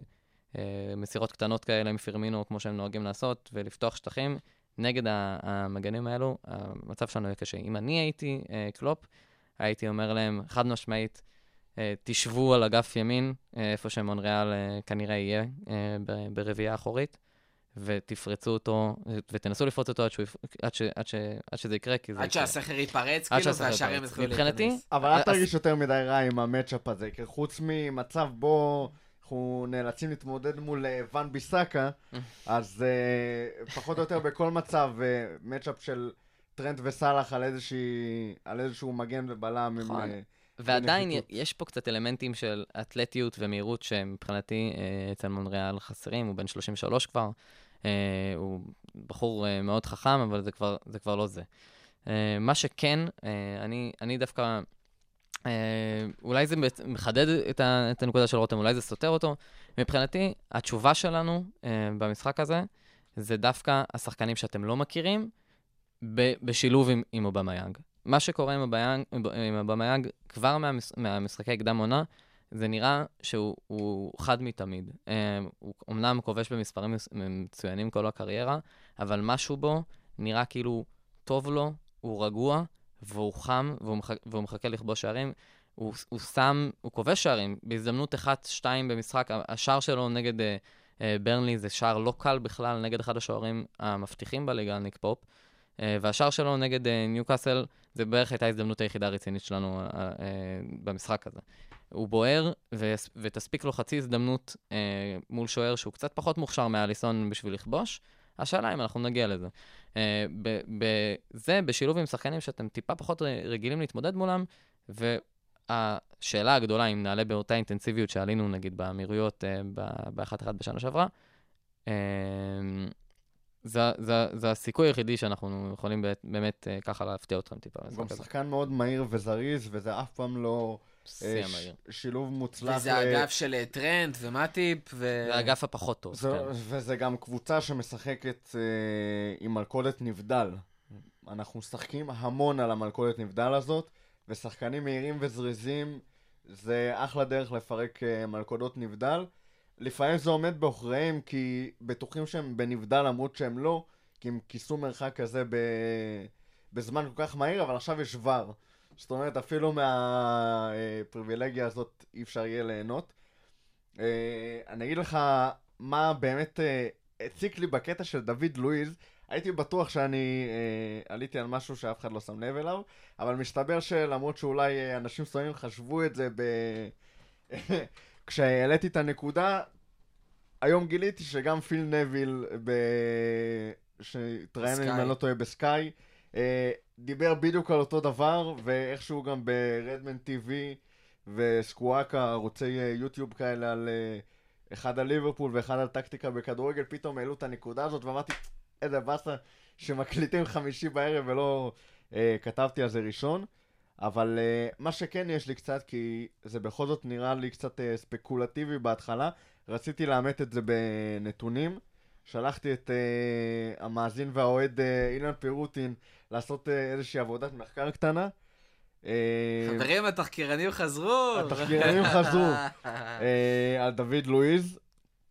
מסירות קטנות כאלה עם פירמינו, כמו שהם נוהגים לעשות, ולפתוח שטחים, נגד המגנים האלו, המצב שלנו יהיה קשה. אם אני הייתי קלופ, הייתי אומר להם, חד משמעית, תשבו על אגף ימין, איפה שמונריאל כנראה יהיה, ברביעייה האחורית, ותפרצו אותו, ותנסו לפרוץ אותו עד, שהוא, עד, ש, עד, ש, עד שזה יקרה, כי זה עד שהסכר ייפרץ, כאילו, והשערים יתחילו להיכנס. מבחינתי... אבל אל תרגיש יותר מדי רע עם המאצ'אפ הזה, כי חוץ ממצב בו אנחנו נאלצים להתמודד מול ון ביסאקה, אז uh, פחות או יותר בכל מצב, uh, מאצ'אפ של טרנט וסלאח על, על איזשהו מגן ובלם. עם, uh, ועדיין יש פה קצת אלמנטים של אתלטיות ומהירות שמבחינתי uh, אצל מונריאל חסרים, הוא בן שלושים ושלוש כבר, Uh, הוא בחור uh, מאוד חכם, אבל זה כבר, זה כבר לא זה. Uh, מה שכן, uh, אני, אני דווקא, uh, אולי זה מחדד את, ה, את הנקודה של רותם, אולי זה סותר אותו. מבחינתי, התשובה שלנו uh, במשחק הזה, זה דווקא השחקנים שאתם לא מכירים, ב, בשילוב עם, עם אובמיאנג. מה שקורה עם אובמיאנג, עם אובמיאנג כבר מהמש, מהמשחקי קדם עונה, זה נראה שהוא חד מתמיד. הוא אמנם כובש במספרים מצוינים כל הקריירה, אבל משהו בו נראה כאילו טוב לו, הוא רגוע, והוא חם, והוא מחכה לכבוש שערים. הוא, הוא שם, הוא כובש שערים בהזדמנות אחת שתיים במשחק. השער שלו נגד ברנלי זה שער לא קל בכלל, נגד אחד השוערים המבטיחים בליגה, ניק פופ. והשער שלו נגד ניוקאסל, זה בערך הייתה ההזדמנות היחידה הרצינית שלנו במשחק הזה. הוא בוער, ו- ותספיק לו חצי הזדמנות אה, מול שוער שהוא קצת פחות מוכשר מאליסון בשביל לכבוש. השאלה אם אנחנו נגיע לזה. אה, בזה, בשילוב עם שחקנים שאתם טיפה פחות רגילים להתמודד מולם, והשאלה הגדולה, אם נעלה באותה אינטנסיביות שעלינו, נגיד, באמירויות, אה, באחת אחת בשנה שעברה, אה, זה, זה, זה הסיכוי היחידי שאנחנו יכולים באמת אה, ככה להפתיע אתכם טיפה. הוא גם שחקן מאוד מהיר וזריז, וזה אף פעם לא... שילוב מוצלח. וזה אגף של טרנט ומטיפ. זה האגף הפחות טוב. וזה גם קבוצה שמשחקת עם מלכודת נבדל. אנחנו משחקים המון על המלכודת נבדל הזאת, ושחקנים מהירים וזריזים, זה אחלה דרך לפרק מלכודות נבדל. לפעמים זה עומד באחריהם, כי בטוחים שהם בנבדל למרות שהם לא, כי הם כיסו מרחק כזה בזמן כל כך מהיר, אבל עכשיו יש ור. זאת אומרת, אפילו מהפריבילגיה הזאת אי אפשר יהיה ליהנות. אני אגיד לך מה באמת הציק לי בקטע של דוד לואיז. הייתי בטוח שאני עליתי על משהו שאף אחד לא שם לב אליו, אבל מסתבר שלמרות שאולי אנשים סוימים חשבו את זה ב... כשהעליתי את הנקודה, היום גיליתי שגם פיל נביל, ב... שהתראיין אם אני לא טועה בסקאי, דיבר בדיוק על אותו דבר, ואיכשהו גם ברדמן טי וי וסקואקה, ערוצי יוטיוב כאלה, על אחד על ליברפול ואחד על טקטיקה בכדורגל, פתאום העלו את הנקודה הזאת, ואמרתי, איזה באסה שמקליטים חמישי בערב ולא אה, כתבתי על זה ראשון. אבל אה, מה שכן יש לי קצת, כי זה בכל זאת נראה לי קצת אה, ספקולטיבי בהתחלה, רציתי לאמת את זה בנתונים, שלחתי את uh, המאזין והאוהד uh, אילן פירוטין לעשות uh, איזושהי עבודת מחקר קטנה. חברים, התחקירנים חזרו. התחקירנים חזרו uh, על דוד לואיז,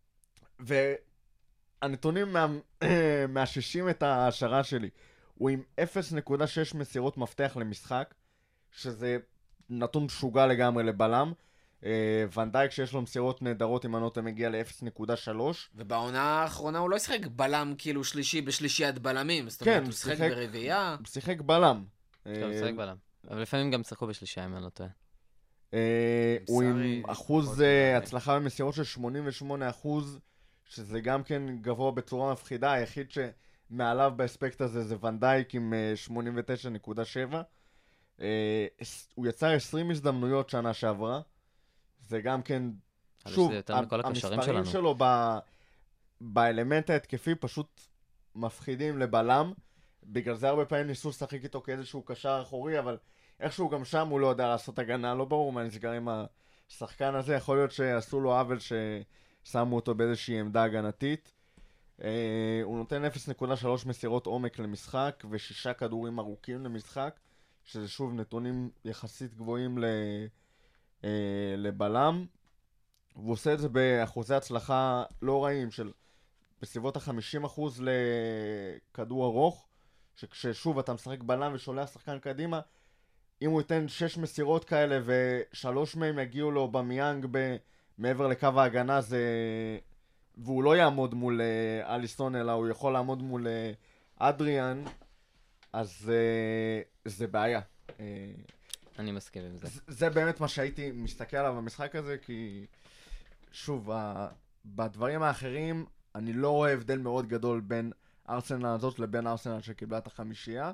והנתונים מה, מאששים את ההשערה שלי. הוא עם אפס נקודה שש מסירות מפתח למשחק, שזה נתון משוגע לגמרי לבלם. ונדייק שיש לו מסירות נהדרות עם הנוטה מגיע ל-אפס נקודה שלוש. ובעונה האחרונה הוא לא ישחק בלם כאילו שלישי בשלישיית בלמים. זאת כן, אומרת, הוא ישחק ברביעייה. הוא שיחק בלם. הוא שיחק בלם. אבל לפעמים גם שיחקו בשלישייה, אם אני לא טועה. הוא עם אחוז הצלחה במסירות של שמונים ושמונה אחוז, שזה גם כן גבוה בצורה מפחידה. היחיד שמעליו באספקט הזה זה ונדייק עם שמונים ותשע נקודה שבע. הוא יצר עשרים הזדמנויות שנה שעברה. זה גם כן, שוב, המספרים שלו באלמנט ההתקפי פשוט מפחידים לבלם. בגלל זה הרבה פעמים ניסו לשחק איתו כאיזשהו קשר אחורי, אבל איכשהו גם שם הוא לא יודע לעשות הגנה, לא ברור מה נסגר עם השחקן הזה. יכול להיות שעשו לו עוול ששמו אותו באיזושהי עמדה הגנתית. הוא נותן אפס נקודה שלוש מסירות עומק למשחק ושישה כדורים ארוכים למשחק, שזה שוב נתונים יחסית גבוהים ל... לבלם, והוא עושה את זה באחוזי הצלחה לא רעים של בסביבות ה-חמישים אחוז לכדור ארוך, שכששוב אתה משחק בלם ושולח שחקן קדימה, אם הוא ייתן שש מסירות כאלה ושלוש מהם יגיעו לו במיאנג מעבר לקו ההגנה, זה... והוא לא יעמוד מול אליסון אלא הוא יכול לעמוד מול אדריאן, אז זה בעיה. אני מסכים עם זה. זה באמת מה שהייתי מסתכל עליו במשחק הזה, כי שוב, בדברים האחרים אני לא רואה הבדל מאוד גדול בין ארסנל הזאת לבין ארסנל שקיבלה את החמישייה.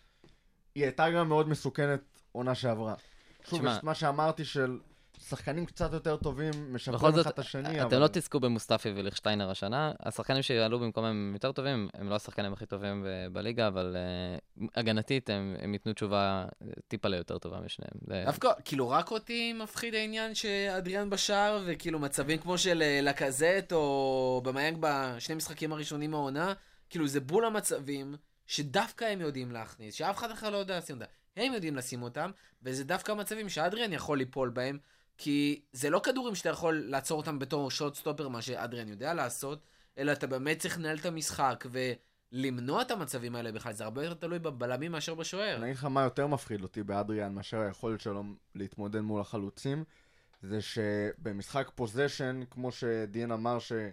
היא הייתה גם מאוד מסוכנת עונה שעברה. שוב, יש מה שאמרתי של שחקנים קצת יותר טובים, משפרים לך את השני. אתם לא תזכו במוסטפי וליכשטיינר השנה. השחקנים שיעלו במקומם הם יותר טובים, הם לא השחקנים הכי טובים בליגה, אבל הגנתית הם ייתנו תשובה טיפה ליותר טובה משניהם. דווקא, כאילו רק אותי מפחיד העניין שאדריאן בשער, וכאילו מצבים כמו של לקזט, או במיינג בשני משחקים הראשונים מהעונה, כאילו זה בול המצבים שדווקא הם יודעים להכניס, שאף אחד אחר לא יודע לשים אותם. הם יודעים לשים אותם, וזה דווקא המצבים שאדריאן יכול ליפול בהם, כי זה לא כדורים שאתה יכול לעצור אותם בתור שוט סטופר, מה שאדריאן יודע לעשות, אלא אתה באמת צריך לנהל את המשחק ולמנוע את המצבים האלה בכלל. זה הרבה יותר תלוי בבלמים מאשר בשוער. אני אגיד לך מה יותר מפחיד אותי באדריאן מאשר היכולת שלו להתמודד מול החלוצים, זה שבמשחק פוזיישן, כמו שדין אמר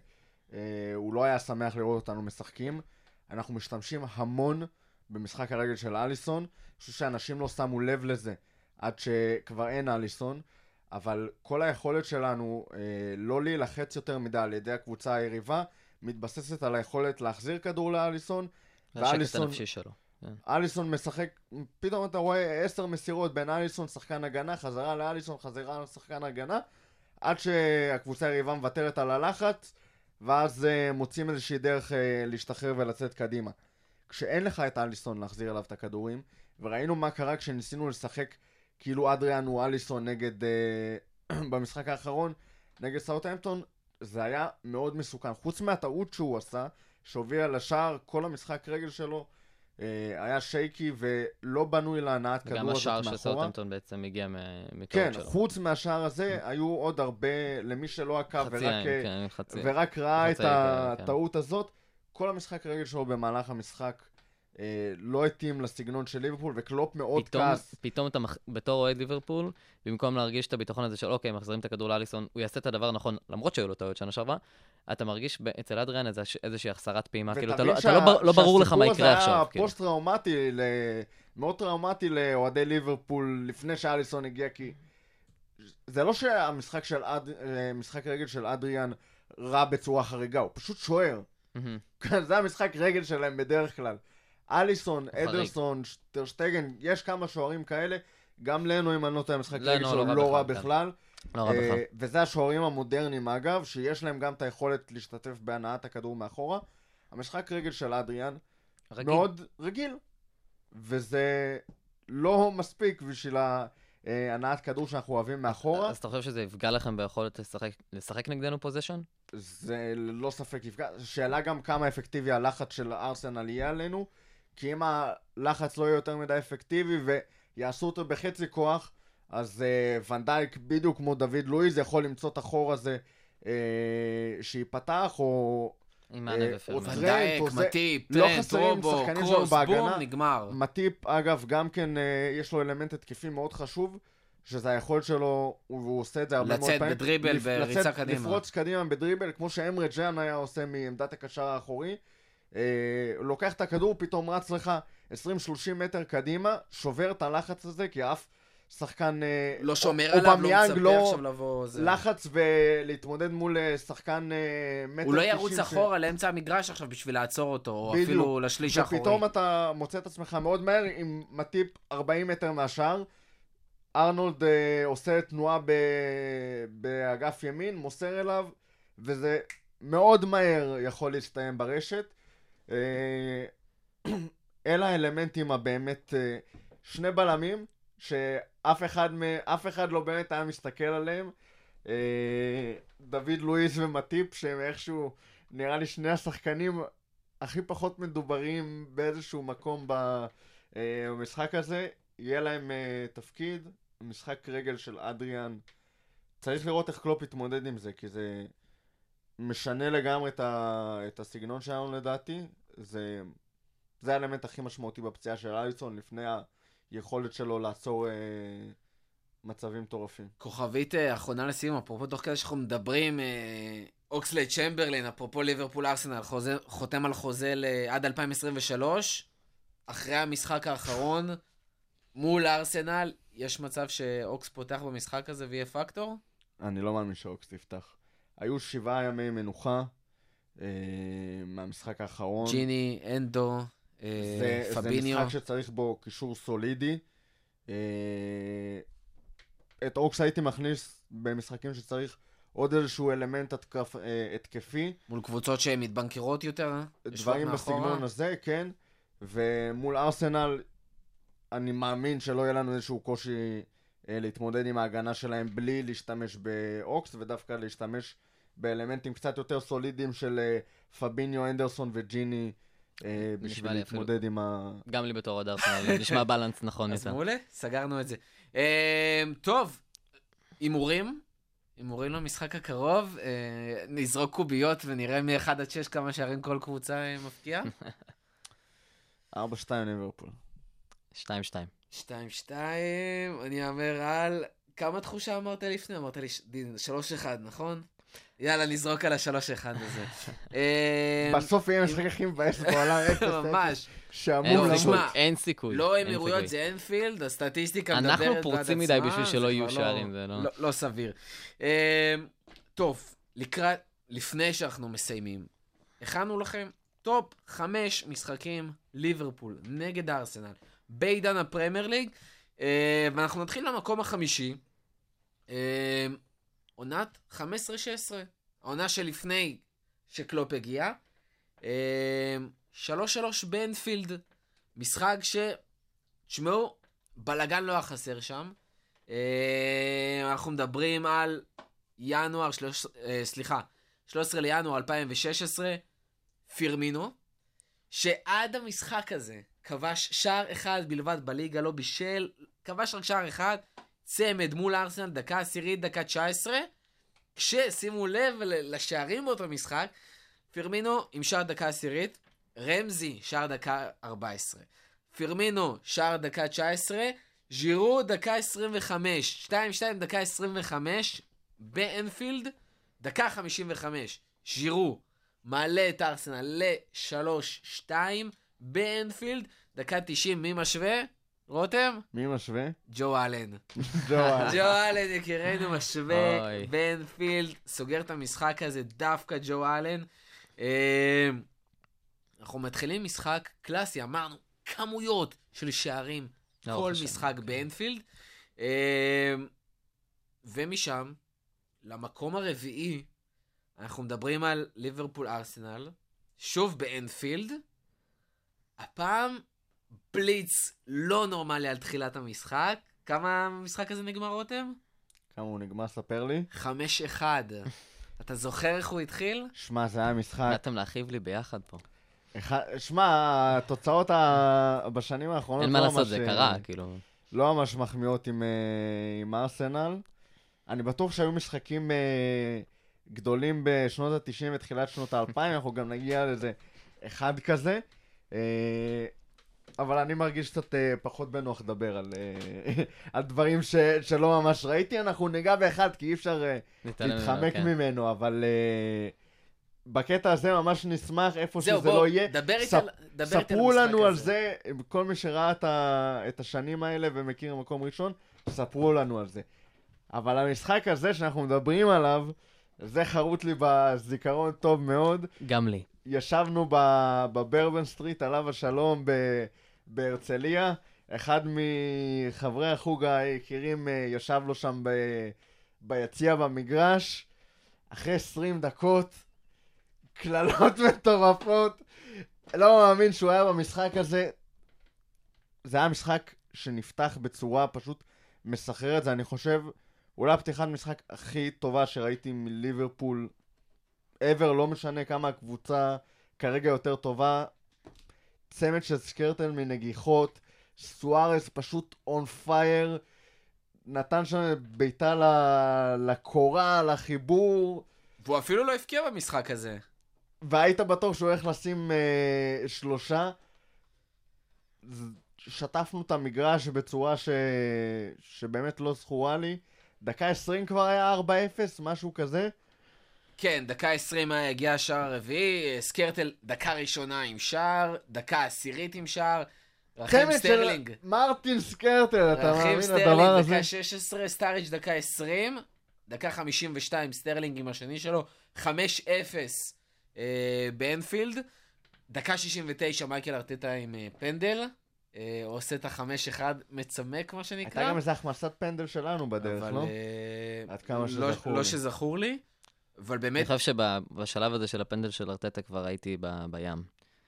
שהוא לא היה שמח לראות אותנו משחקים, אנחנו משתמשים המון במשחק הרגל של אליסון. אני חושב שאנשים לא שמו לב לזה עד שכבר אין אליסון, אבל כל היכולת שלנו אה, לא להילחץ יותר מדי על ידי הקבוצה היריבה מתבססת על היכולת להחזיר כדור לאליסון, ואליסון שלו. אליסון משחק, פתאום אתה רואה עשר מסירות בין אליסון, שחקן הגנה, חזרה לאליסון, חזרה לשחקן הגנה, עד שהקבוצה היריבה מוותרת על הלחץ, ואז אה, מוצאים איזושהי דרך אה, להשתחרר ולצאת קדימה. כשאין לך את אליסון להחזיר אליו את הכדורים, וראינו מה קרה כשניסינו לשחק כאילו אדריאן הוא אליסון נגד, אה, במשחק האחרון, נגד סאות'המפטון, זה היה מאוד מסוכן. חוץ מהטעות שהוא עשה, שהוביל לשער, כל המשחק רגל שלו אה, היה שייקי ולא בנוי להנעת כדור הזאת מאחורה. וגם השער של סאות'המפטון בעצם הגיע מטעות כן, שלו. כן, חוץ מהשער הזה, היו עוד הרבה, למי שלא עקב ורק, כן, חצי, ורק ראה חצי, את הטעות כן. הזאת, כל המשחק רגל שלו במהלך המשחק, אה, לא התאים לסגנון של ליברפול, וקלופ מאוד פתאום, כעס. פתאום אתה מח... בתור אוהד ליברפול, במקום להרגיש את הביטחון הזה של אוקיי, מחזירים את הכדור לאליסון, הוא יעשה את הדבר הנכון, למרות שהיו לו טעויות שנה שעברה, אתה מרגיש אצל אדריאן איזוש... איזושהי החסרת פעימה, כאילו אתה, לא, שה... אתה לא, לא ברור לך מה יקרה עכשיו. שהסיפור הזה כאילו. היה פוסט-טראומטי, ל... מאוד טראומטי לאוהדי ליברפול לפני שאליסון הגיע, כי זה לא שהמשחק של אד... משחק רגל של אדריאן רע בצורה חריגה, הוא פשוט שוער. זה המשחק רגל שלהם בדרך כלל. אליסון, אדרסון, טרשטגן, יש כמה שוערים כאלה, גם לנו אם אני לא טועה, המשחק רגל שלו לא רע בכלל. וזה השוערים המודרניים אגב, שיש להם גם את היכולת להשתתף בהנעת הכדור מאחורה. המשחק רגל של אדריאן מאוד רגיל, וזה לא מספיק בשביל הנעת כדור שאנחנו אוהבים מאחורה. אז אתה חושב שזה יפגע לכם ביכולת לשחק נגדנו פוזיישן? זה לא ספק יפגע. שאלה גם כמה אפקטיבי הלחץ של ארסנל יהיה עלינו, כי אם הלחץ לא יהיה יותר מדי אפקטיבי ויעשו אותו בחצי כוח, אז uh, ונדייק בדיוק כמו דוד לואיז יכול למצוא את החור הזה uh, שיפתח, או עם מענה ופרמן. ונדייק, מטיפ, לא חסרים שחקנים שלנו בהגנה. נגמר. מטיפ אגב גם כן uh, יש לו אלמנט התקפי מאוד חשוב, שזה היכולת שלו, והוא עושה את זה הרבה מאוד פעמים. לצאת בדריבל וריצה קדימה. לפרוץ קדימה בדריבל, כמו שאמרה ג'אן היה עושה מעמדת הקשר האחורי. הוא לוקח את הכדור, פתאום רץ לך עשרים שלושים מטר קדימה, שובר את הלחץ הזה, כי אף שחקן... לא שומר עליו, לא מצפה עכשיו לבוא... לחץ ולהתמודד מול שחקן מטר הוא לא ירוץ אחורה לאמצע המגרש עכשיו בשביל לעצור אותו, או אפילו לשליש האחורי. ופתאום אתה מוצא את עצמך מאוד מהר עם מטיפ ארבעים מטר מהשאר, ארנולד עושה תנועה באגף ימין, מוסר אליו, וזה מאוד מהר יכול להסתיים ברשת. אלה האלמנטים הבאמת שני בלמים, שאף אחד, אף אחד לא באמת היה מסתכל עליהם. דוד לואיס ומטיפ, שהם איכשהו, נראה לי שני השחקנים הכי פחות מדוברים באיזשהו מקום במשחק הזה. יהיה להם תפקיד, משחק רגל של אדריאן. צריך לראות איך קלופ יתמודד עם זה, כי זה משנה לגמרי את, ה... את הסגנון שלנו לדעתי. זה... זה האלמנט הכי משמעותי בפציעה של אליסון, לפני היכולת שלו לעצור אה, מצבים מטורפים. כוכבית אה, אחרונה לסיום, אפרופו תוך כדי שאנחנו מדברים, אה, אוקסלי צ'מברלין, אפרופו ליברפול ארסנל, חוזה, חותם על חוזה עד אלפיים עשרים ושלוש, אחרי המשחק האחרון, מול ארסנל, יש מצב שאוקס פותח במשחק הזה ויהיה פקטור? אני לא מאמין שאוקס תפתח. היו שבעה ימי מנוחה אה, מהמשחק האחרון. ג'יני, אנדו, אה, זה, פביניו. זה משחק שצריך בו קישור סולידי. אה, את אוקס הייתי מכניס במשחקים שצריך עוד איזשהו אלמנט התקף, אה, התקפי. מול קבוצות שהן מתבנקרות יותר? דברים בסגנון הזה, כן. ומול ארסנל, אני מאמין שלא יהיה לנו איזשהו קושי אה, להתמודד עם ההגנה שלהם בלי להשתמש באוקס, ודווקא להשתמש באלמנטים קצת יותר סולידיים של אה, פביניו, אנדרסון וג'יני, אה, בשביל להתמודד עם ה... גם לי בתור עוד ארסנל, נשמע בלנס נכון יותר. אז מעולה, סגרנו את זה. אה, טוב, הימורים, הימורים למשחק הקרוב, אה, נזרוק קוביות ונראה מ-אחד עד שש כמה שערים כל קבוצה מפקיעה. ארבע שתיים ליברפול. שתיים שתיים. שתיים שתיים, אני אאמר על... כמה תחושה אמרת לפני? אמרת לי שלוש אחד, נכון? יאללה, נזרוק על ה-שלוש אחד הזה. בסוף יהיה משחק הכי מבאס בעולם, ממש. שאמור למות. אין סיכוי. לא אמירויות, זה אנפילד, הסטטיסטיקה מדברת בעד עצמה. אנחנו פורצים מדי בשביל שלא יהיו שערים, זה לא... לא סביר. טוב, לקראת, לפני שאנחנו מסיימים, הכנו לכם טופ חמש משחקים ליברפול נגד ארסנל בעידן הפרמייר ליג, ואנחנו נתחיל למקום החמישי, עונת חמש עשרה שש עשרה, העונה שלפני שקלופ הגיע, שלוש שלוש באנפילד, משחק ש... תשמעו, בלגן לא החסר שם. אנחנו מדברים על ינואר, שלוש... סליחה, שלושה עשר לינואר אלפיים ושש עשרה, פירמינו, שעד המשחק הזה כבש שער אחד בלבד בליגה, לא בישל, כבש רק שער אחד, צמד מול ארסנל, דקה עשירית, דקה תשע עשרה, כששימו לב לשערים באותו משחק, פירמינו עם שער דקה עשירית, רמזי שער דקה ארבע עשרה, פירמינו שער דקה תשע עשרה, ז'ירו דקה עשרים וחמש, שתיים שתיים דקה עשרים וחמש, באנפילד, דקה חמישים וחמש, ז'ירו מעלה את ארסנל ל-שלוש שתיים, באנפילד, דקה תשעים, מי משווה? רותם? מי משווה? ג'ו אלן. ג'ו אלן. ג'ו אלן, יקירנו, משווה באנפילד, סוגר את המשחק הזה, דווקא ג'ו אלן. אנחנו מתחילים משחק קלאסי, אמרנו, כמויות של שערים, כל משחק באנפילד. ומשם, למקום הרביעי, אנחנו מדברים על ליברפול ארסנל, שוב באנפילד, הפעם בליץ לא נורמלי על תחילת המשחק. כמה המשחק הזה נגמר, רותם? כמה הוא נגמר, ספר לי? חמש אחד. אתה זוכר איך הוא התחיל? שמע, זה היה משחק... באתם להרחיב לי ביחד פה. שמע, התוצאות בשנים האחרונות... אין מה לעשות, זה קרה, כאילו... לא ממש מחמיאות עם ארסנל. אני בטוח שהיו משחקים גדולים בשנות ה-תשעים ותחילת שנות ה-אלפיים, אנחנו גם נגיע לזה אחד כזה. אבל אני מרגיש קצת אה, פחות בנוח לדבר על, אה, על דברים ש, שלא ממש ראיתי. אנחנו ניגע באחד, כי אי אפשר אה, להתחמק כן. ממנו, אבל אה, בקטע הזה ממש נשמח, איפה זהו, שזה בוא, לא יהיה. דבר איתי ספ... על- דבר איתי על ספרו המשחק לנו על הזה. זה, כל מי שראה את, ה... את השנים האלה ומכיר מקום ראשון, ספרו לנו על זה. אבל המשחק הזה שאנחנו מדברים עליו, זה חרוט לי בזיכרון טוב מאוד. גם לי. ישבנו ב- בברבן סטריט, עליו השלום, ב- בהרצליה. אחד מחברי החוג היקירים אה, ישב לו שם ב- ביציע במגרש. אחרי עשרים דקות, קללות מטורפות. לא מאמין שהוא היה במשחק הזה. זה היה משחק שנפתח בצורה פשוט מסחררת. זה אני חושב, אולי הפתיחת משחק הכי טובה שראיתי מליברפול ever, לא משנה כמה הקבוצה כרגע יותר טובה. צמד של סקרטל מנגיחות, סוארס פשוט און פייר, נתן שם ביתה ל- לקורה, לחיבור, והוא אפילו לא הפקיע במשחק הזה. והיית בטוח שהוא הולך לשים אה, שלושה. ז- שטפנו את המגרש בצורה ש... שבאמת לא זכורה לי. דקה עשרים כבר היה ארבע אפס, משהו כזה. כן, דקה עשרים הגיע השער הרביעי, סקרטל דקה ראשונה עם שער, דקה עשירית עם שער, רחים צמד של סטרלינג. מרטין סקרטל, אתה רחים מאמין לדבר סטרלינג הזה? דקה שש עשרה, סטאריץ' דקה עשרים, דקה חמישים ושתיים סטרלינג עם השני שלו, חמש אפס אה, באנפילד, דקה שישים ותשע מייקל ארטטה עם אה, פנדל, אה, עושה את החמש אחד מצמק מה שנקרא. הייתה גם איזה החמצת פנדל שלנו בדרך, אבל, לא? אה, עד כמה לא- שזכור לא לי. שזכור לי, אבל אני באמת, חושב שבשלב הזה של הפנדל של ארטטה כבר הייתי ב- בים.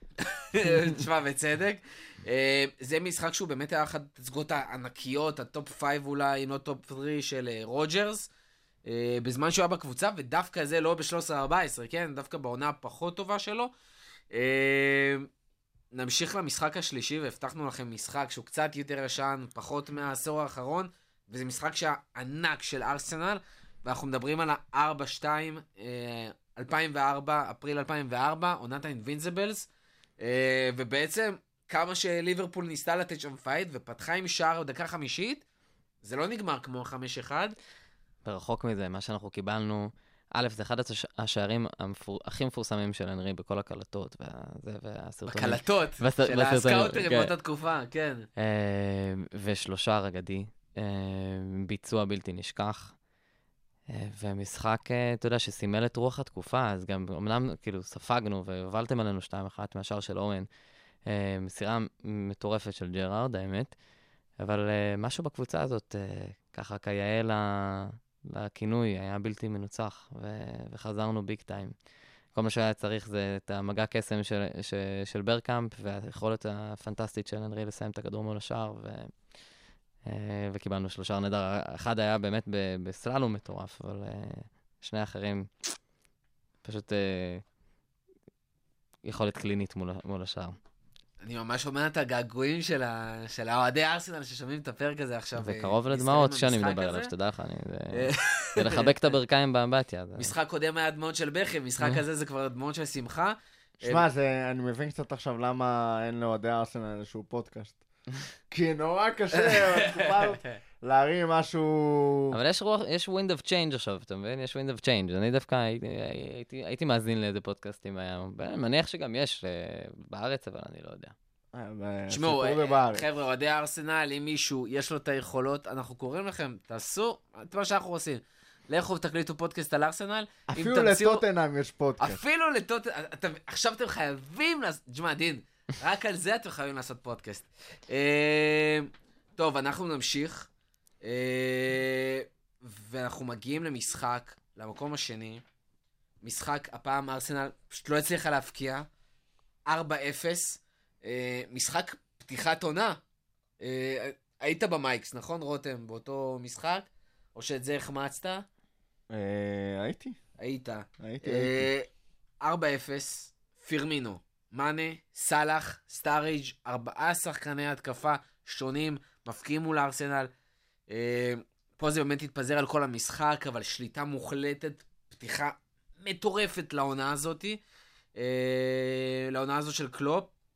תשמע, בצדק. אה, זה משחק שהוא באמת היה אחת התצוגות הענקיות, הטופ פייב אולי, אם לא טופ שלוש של אה, רוג'רס, אה, בזמן שהוא היה בקבוצה, ודווקא זה לא ב-שלוש עשרה ארבע עשרה, כן? דווקא בעונה הפחות טובה שלו. אה, נמשיך למשחק השלישי, והבטחנו לכם משחק שהוא קצת יותר ישן, פחות מהעשור האחרון, וזה משחק שהענק של ארסנל, ואנחנו מדברים על ה-ארבע שתיים, אה, אלפיים וארבע, אפריל אלפיים וארבע, עונת האינבינסיבלס, אה, ובעצם כמה שליברפול ניסתה לתת שם פייט, ופתחה עם שער בדקה חמישית, זה לא נגמר כמו חמש אחד. ורחוק מזה, מה שאנחנו קיבלנו, א', זה אחד הש- השערים המפור... הכי מפורסמים של הנרי בכל הקלטות, וזה, והסרטונים. בקלטות בס- של בסרטונים, הסקאוטרים כן. באותה תקופה, כן. אה, ושלושה אגדי, אה, ביצוע בלתי נשכח, אה, ומשחק, אה, אתה יודע, שסימל את רוח התקופה, אז גם אמנם כאילו ספגנו והובלתם עלינו שתיים אחת מהשער של אורן, אה, מסירה מטורפת של ג'רארד, האמת, אבל אה, משהו בקבוצה הזאת, אה, ככה כיאה ל- לכינוי, היה בלתי מנוצח, ו- וחזרנו ביג טיים. כל מה שהיה צריך זה את המגע קסם של, ש, של ברקאמפ, והיכולת הפנטסטית של הנרי לסיים את הכדור מול השער, ו, אה, וקיבלנו שלושה נהדר. אחד היה באמת ב- בסללום מטורף, אבל אה, שני האחרים פשוט אה, יכולת קלינית מול, ה- מול השער. אני ממש אומר את הגעגועים של ה- של האוהדי ארסנל ששומעים את הפרק הזה עכשיו. זה אה, קרוב מסתיים לדמעות שאני המשחק מדבר הזה. עליו, שתדע לך, אני- זה- אה, זה לחבק את הברכיים באמבטיה. זה- משחק קודם היה דמעות של בכי, משחק הזה זה כבר דמעות של שמחה. שמע, זה- אני מבין קצת עכשיו למה אין לאוהדי ארסנל איזשהו פודקאסט. כי נורא קשה בתקופה הזאת להרים משהו... אבל יש רוח, יש wind of change עכשיו, אתה מבין? יש wind of change. אני דווקא הייתי, הייתי, הייתי מאזין לאיזה פודקאסטים היום. אני מניח שגם יש אה, בארץ, אבל אני לא יודע. תשמעו, סיפור אה, בארץ. חבר'ה, אוהדי ארסנל, אם מישהו יש לו את היכולות, אנחנו קוראים לכם, תעשו את מה שאנחנו עושים. לכו ותקליטו פודקאסט על ארסנל. אם אפילו תמציאו- לטוטנהאם יש פודקאסט. אפילו לטוט... אתם... עכשיו אתם חייבים לעשות... תשמע, דין, רק על זה אתם חייבים לעשות פודקאסט. אה, טוב, אנחנו נמשיך. אה, ואנחנו מגיעים למשחק, למקום השני. משחק, הפעם ארסנל פשוט לא הצליחה להפקיע. ארבע אפס. אה, משחק פתיחת עונה. אה, היית במייקס, נכון, רותם? באותו משחק? או שאת זה החמצת? אה, הייתי, היית. הייתי, הייתי. אה, ארבע אפס, פירמינו, מאנה, סלאח, סטאריג', ארבעה שחקני התקפה שונים, מפקיעים מול ארסנל. אה, פה זה באמת התפזר על כל המשחק, אבל שליטה מוחלטת, פתיחה מטורפת לעונה הזאת, אה, לעונה הזו של קלופ.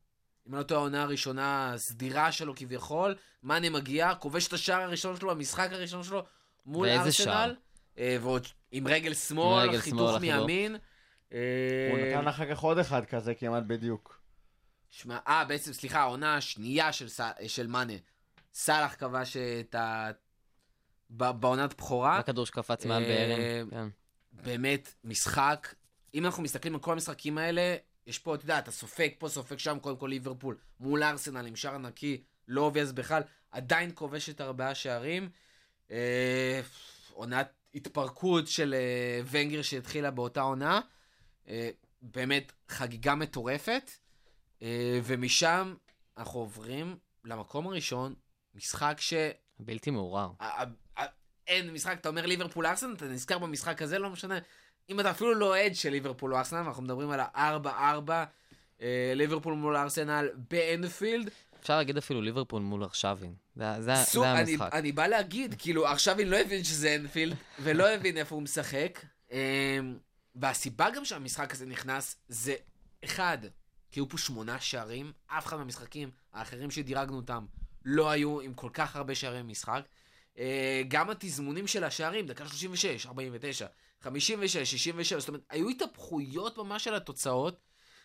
אם לא טועה העונה הראשונה, הסדירה שלו כביכול, מאנה מגיע, כובש את השער הראשון שלו, המשחק הראשון שלו, מול ארסנל, ועוד עם רגל שמאל, חיתוך מימין. הוא נתן אחר כך עוד אחד כזה כמעט בדיוק. שמע, אה, בעצם, סליחה, העונה השנייה של, של מאנה. סלאח כבש את ה... בעונת בחורה. הכדור שקפץ מעל בערן. כן. באמת, משחק. אם אנחנו מסתכלים על כל המשחקים האלה, יש פה, אתה יודע, אתה סופק פה, סופק שם, קודם כל ליברפול, מול ארסנל, עם שער נקי, לא אובייס בכלל, עדיין כובשת ארבעה שערים. אה, עונת התפרקות של אה, ונגר שהתחילה באותה עונה. אה, באמת חגיגה מטורפת. אה, ומשם אנחנו עוברים למקום הראשון, משחק ש... בלתי מעורר. אין משחק, אתה אומר ליברפול ארסנל, אתה נזכר במשחק הזה, לא משנה. אם אתה אפילו לא עד של ליברפול או ארסנל, אנחנו מדברים על ה-ארבע ארבע, ליברפול מול ארסנל באנפילד. אפשר להגיד אפילו ליברפול מול ארשווין. זה המשחק. אני בא להגיד, כאילו, ארשווין לא הבין שזה אנפילד, ולא הבין איפה הוא משחק. והסיבה גם שהמשחק הזה נכנס, זה אחד, כי היו פה שמונה שערים, אף אחד מהמשחקים האחרים שדירגנו אותם, לא היו עם כל כך הרבה שערי משחק. גם התזמונים של השערים, דקה שלושים ושש, ארבעים ותשע, חמישים ושש, שישים ושבע, זאת אומרת, היו התהפכויות ממש על התוצאות.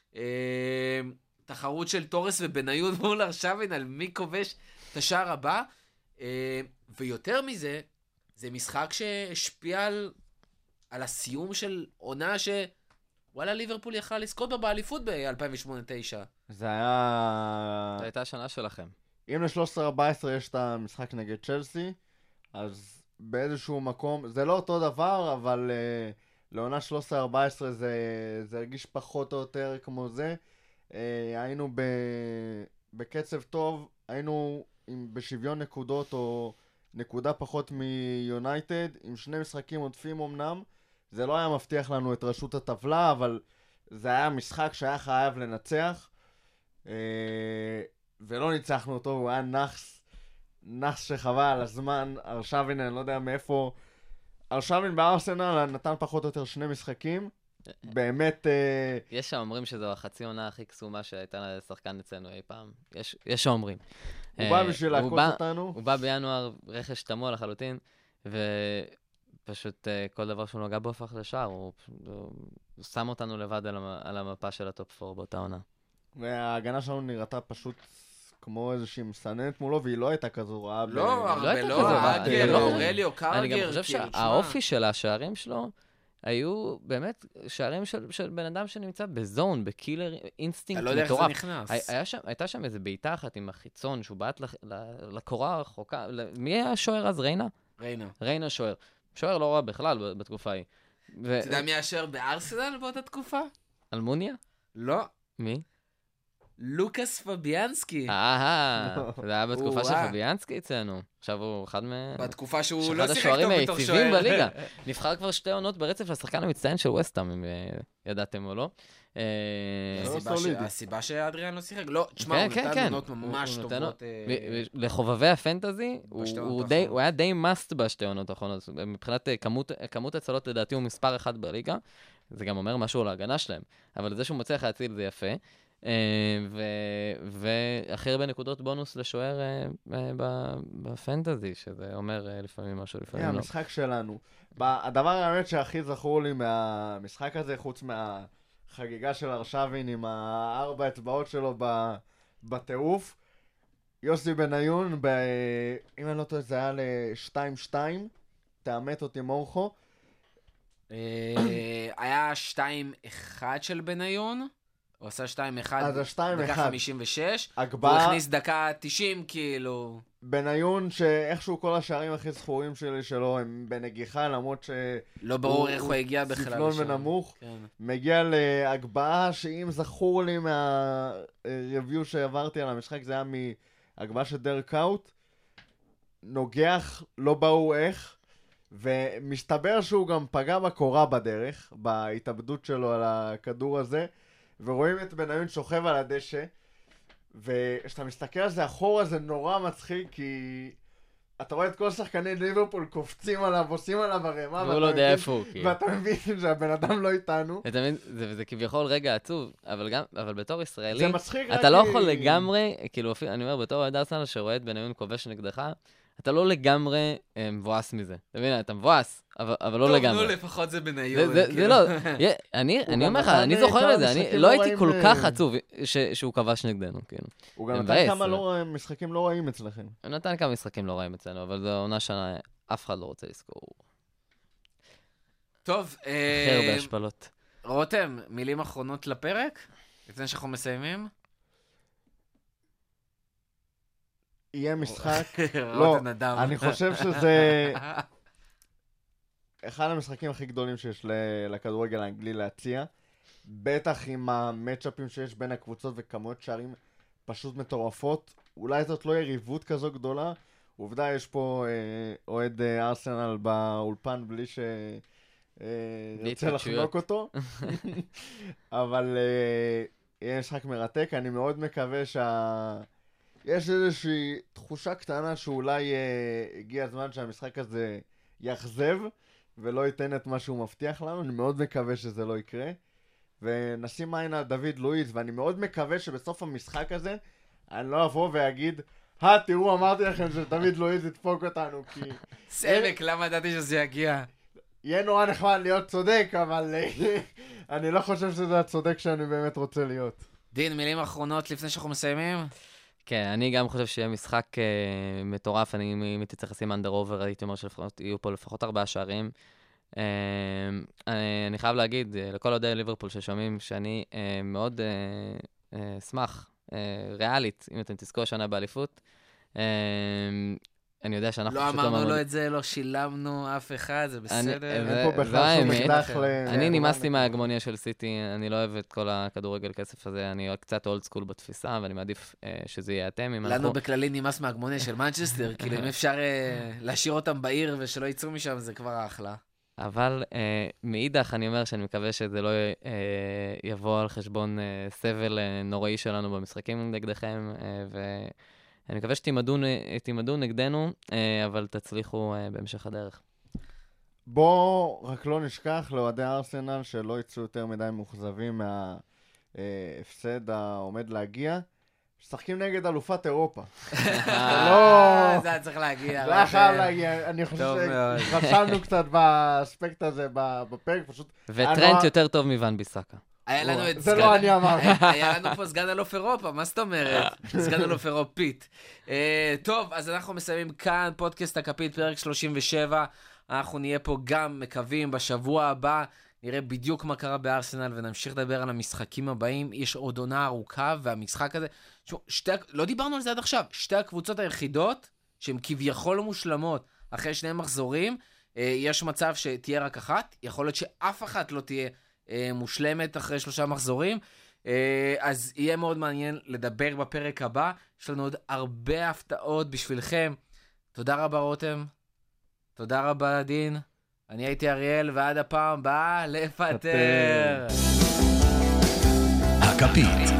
תחרות של תורס ובניון מול ארשווין על מי כובש את השער הבא. ויותר מזה, זה משחק שהשפיע על, על הסיום של עונה ש... וואלה, ליברפול יכל לזכות בה באליפות ב-אלפיים ושמונה תשע. זה היה... זו הייתה השנה שלכם. אם ל-שלוש עשרה ארבע עשרה יש את המשחק נגד צ'לסי, אז באיזשהו מקום, זה לא אותו דבר, אבל uh, לעונה שלוש עשרה ארבע עשרה זה, זה הרגיש פחות או יותר כמו זה. Uh, היינו ב, בקצב טוב, היינו עם, בשוויון נקודות או נקודה פחות מיונייטד, עם שני משחקים עודפים אמנם. זה לא היה מבטיח לנו את רשות הטבלה, אבל זה היה משחק שהיה חייב לנצח. Uh, ולא ניצחנו אותו, הוא היה נחס, נחס שחבל על הזמן. ארשווין, אני לא יודע מאיפה, ארשווין בארסנל נתן פחות או יותר שני משחקים, באמת... יש שאומרים שזו החצי עונה הכי קסומה שהייתה לשחקן אצלנו אי פעם, יש, יש שאומרים. הוא בא בשביל לעקוץ אותנו. הוא בא בינואר, רכש תמוה לחלוטין, ופשוט כל דבר שהוא נוגע בו הפך לשער, הוא, הוא, הוא שם אותנו לבד על המפה של הטופ ארבע באותה עונה. וההגנה שלנו נראתה פשוט כמו איזושהי מסננת מולו, והיא לא הייתה כזו רעה. לא, הרבה לא, אגר, אורליו, קרגר. אני גם חושב שהאופי של השערים שלו, היו באמת שערים של בן אדם שנמצא בזון, בקילר אינסטינקט מטורף. אתה לא יודע איך זה נכנס. הייתה שם איזו בעיטה אחת עם החיצון, שהוא בעט לקורה הרחוקה. מי היה השוער אז? ריינה? ריינה. ריינה שוער. שוער לא רע בכלל בתקופה ההיא. אתה יודע מי השוער בארסנל באותה תקופה? אלמוניה? לא. מי? לוקאס פביאנסקי. אה, זה היה בתקופה של פביאנסקי אצלנו. עכשיו הוא אחד מ... בתקופה שהוא לא שיחק טוב בתור שוער. אחד השוערים היציבים בליגה. נבחר כבר שתי עונות ברצף לשחקן המצטיין של ווסטהאם, אם ידעתם או לא. הסיבה שאדריאן לא שיחק. לא, תשמע, הוא נתן עונות ממש טובות. לחובבי הפנטזי, הוא היה די מאסט בשתי עונות האחרונות. מבחינת כמות הצלות, לדעתי, הוא מספר אחד בליגה. זה גם אומר משהו על ההגנה שלהם. אבל זה שהוא מצליח להציל זה יפה. והכי הרבה נקודות בונוס לשוער בפנטזי, שזה אומר לפעמים משהו, לפעמים לא. המשחק שלנו. הדבר האמת שהכי זכור לי מהמשחק הזה, חוץ מהחגיגה של ארשווין עם הארבע אצבעות שלו בטירוף, יוסי בניון, אם אני לא טועה, זה היה ל-שתיים שתיים, תאמת אותי מורחו. היה שתיים אחד של בניון. הוא עשה שתיים אחד, דקה חמישים ושש, הוא הכניס דקה תשעים, כאילו... בניון, שאיכשהו כל השערים הכי זכורים שלי שלו הם בנגיחה, למרות ש... לא ברור איך הוא הגיע בכלל. ספלון ונמוך, מגיע להגבהה שאם זכור לי מהריוויו שעברתי על המשחק, זה היה מהגבהה של דרק אאוט, נוגח, לא ברור איך, ומסתבר שהוא גם פגע בקורה בדרך, בהתאבדות שלו על הכדור הזה, ורואים את בניון שוכב על הדשא, וכשאתה מסתכל על זה אחורה זה נורא מצחיק, כי אתה רואה את כל שחקני ליברפול קופצים עליו, עושים עליו הרמה, והוא לא יודע איפה הוא, כאילו. ואתה מבין שהבן אדם לא איתנו. אתה מבין, זה, זה כביכול רגע עצוב, אבל גם, אבל בתור ישראלי, זה מצחיק רק... אתה לא יכול לגמרי, כאילו, אני אומר, בתור אוהד ארסנל שרואה את בנימין כובש נגדך, אתה לא לגמרי אה, מבואס מזה. אתה מבין, אתה מבואס, אבל, אבל לא לגמרי. טוב, נו, לפחות זה בניון. זה, זה, זה לא, אני, אני אומר לך, אני זוכר את זה, אני לא הייתי כל כך עצוב ש, שהוא כבש נגדנו, כאילו. הוא גם נתן כמה לא, משחקים לא רעים אצלכם. הוא נתן כמה משחקים לא רעים אצלנו, אבל זו עונה שאף אחד לא רוצה לזכור. טוב, אחר בהשפלות. רותם, מילים אחרונות לפרק? לפני שאנחנו מסיימים? יהיה משחק... לא, אני חושב שזה... אחד המשחקים הכי גדולים שיש לכדורגל האנגלי להציע. בטח עם המצ'אפים שיש בין הקבוצות וכמויות שערים פשוט מטורפות. אולי זאת לא יריבות כזו גדולה. עובדה, יש פה אה, אוהד אה, ארסנל באולפן בלי ש... אה, יוצא לחנוק אותו. אבל אה, יהיה משחק מרתק. אני מאוד מקווה שה... יש איזושהי תחושה קטנה שאולי אה, הגיע הזמן שהמשחק הזה יחזב ולא ייתן את מה שהוא מבטיח לנו. אני מאוד מקווה שזה לא יקרה. ונשים עין על דוד לואיז, ואני מאוד מקווה שבסוף המשחק הזה אני לא אבוא ואגיד, אה, תראו, אמרתי לכם שדוד לואיז ידפוק אותנו, כי... סמק, למה ידעתי שזה יגיע? יהיה נורא נחמד להיות צודק, אבל אני לא חושב שזה הצודק שאני באמת רוצה להיות. דין, מילים אחרונות לפני שאנחנו מסיימים? כן, אני גם חושב שיהיה משחק uh, מטורף, אני אם הייתי צריך לשים אנדר אובר, הייתי אומר שיהיו פה לפחות ארבעה שערים. Uh, אני, אני חייב להגיד uh, לכל אוהדי ליברפול ששומעים שאני uh, מאוד uh, uh, שמח, uh, ריאלית, אם אתם תזכו השנה באליפות. Uh, אני יודע שאנחנו... לא אמרנו לו את זה, לא שילמנו אף אחד, זה בסדר. אין פה בכלל שום מקדח ל... אני נמאסתי מההגמוניה של סיטי, אני לא אוהב את כל הכדורגל כסף הזה, אני קצת אולד סקול בתפיסה, ואני מעדיף שזה יהיה אתם. לנו בכללי נמאס מההגמוניה של מנצ'סטר, כאילו אם אפשר להשאיר אותם בעיר ושלא ייצאו משם, זה כבר האחלה. אבל מאידך אני אומר שאני מקווה שזה לא יבוא על חשבון סבל נוראי שלנו במשחקים נגדכם, ו... אני מקווה שתימדו נגדנו, אבל תצליחו בהמשך הדרך. בוא רק לא נשכח לאוהדי ארסנל שלא יצאו יותר מדי מוחזבים מההפסד העומד להגיע. משחקים נגד אלופת אירופה. לא... זה היה צריך להגיע. זה היה חייב להגיע. אני חושב שחשבנו קצת באספקט הזה בפרק, פשוט... וטרנט יותר טוב מוון ביסקה. היה לנו את זה לא אני אמרתי. היה לנו פה סגן אלוף אירופה, מה זאת אומרת? סגן אלוף אירופית. טוב, אז אנחנו מסיימים כאן פודקאסט הכפית, פרק שלושים ושבע. אנחנו נהיה פה גם מקווים בשבוע הבא, נראה בדיוק מה קרה בארסנל ונמשיך לדבר על המשחקים הבאים. יש עוד עונה ארוכה והמשחק הזה, שתי, לא דיברנו על זה עד עכשיו, שתי הקבוצות היחידות שהן כביכול מושלמות אחרי שני מחזורים, יש מצב שתהיה רק אחת, יכול להיות שאף אחת לא תהיה מושלמת אחרי שלושה מחזורים, אז יהיה מאוד מעניין לדבר בפרק הבא. יש לנו עוד הרבה הפתעות בשבילכם. תודה רבה רותם, תודה רבה דין, אני הייתי אריאל, ועד הפעם באה לפטר. הכפית,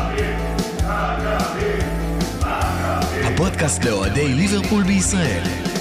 הפודקאסט לאוהדי ליברפול בישראל.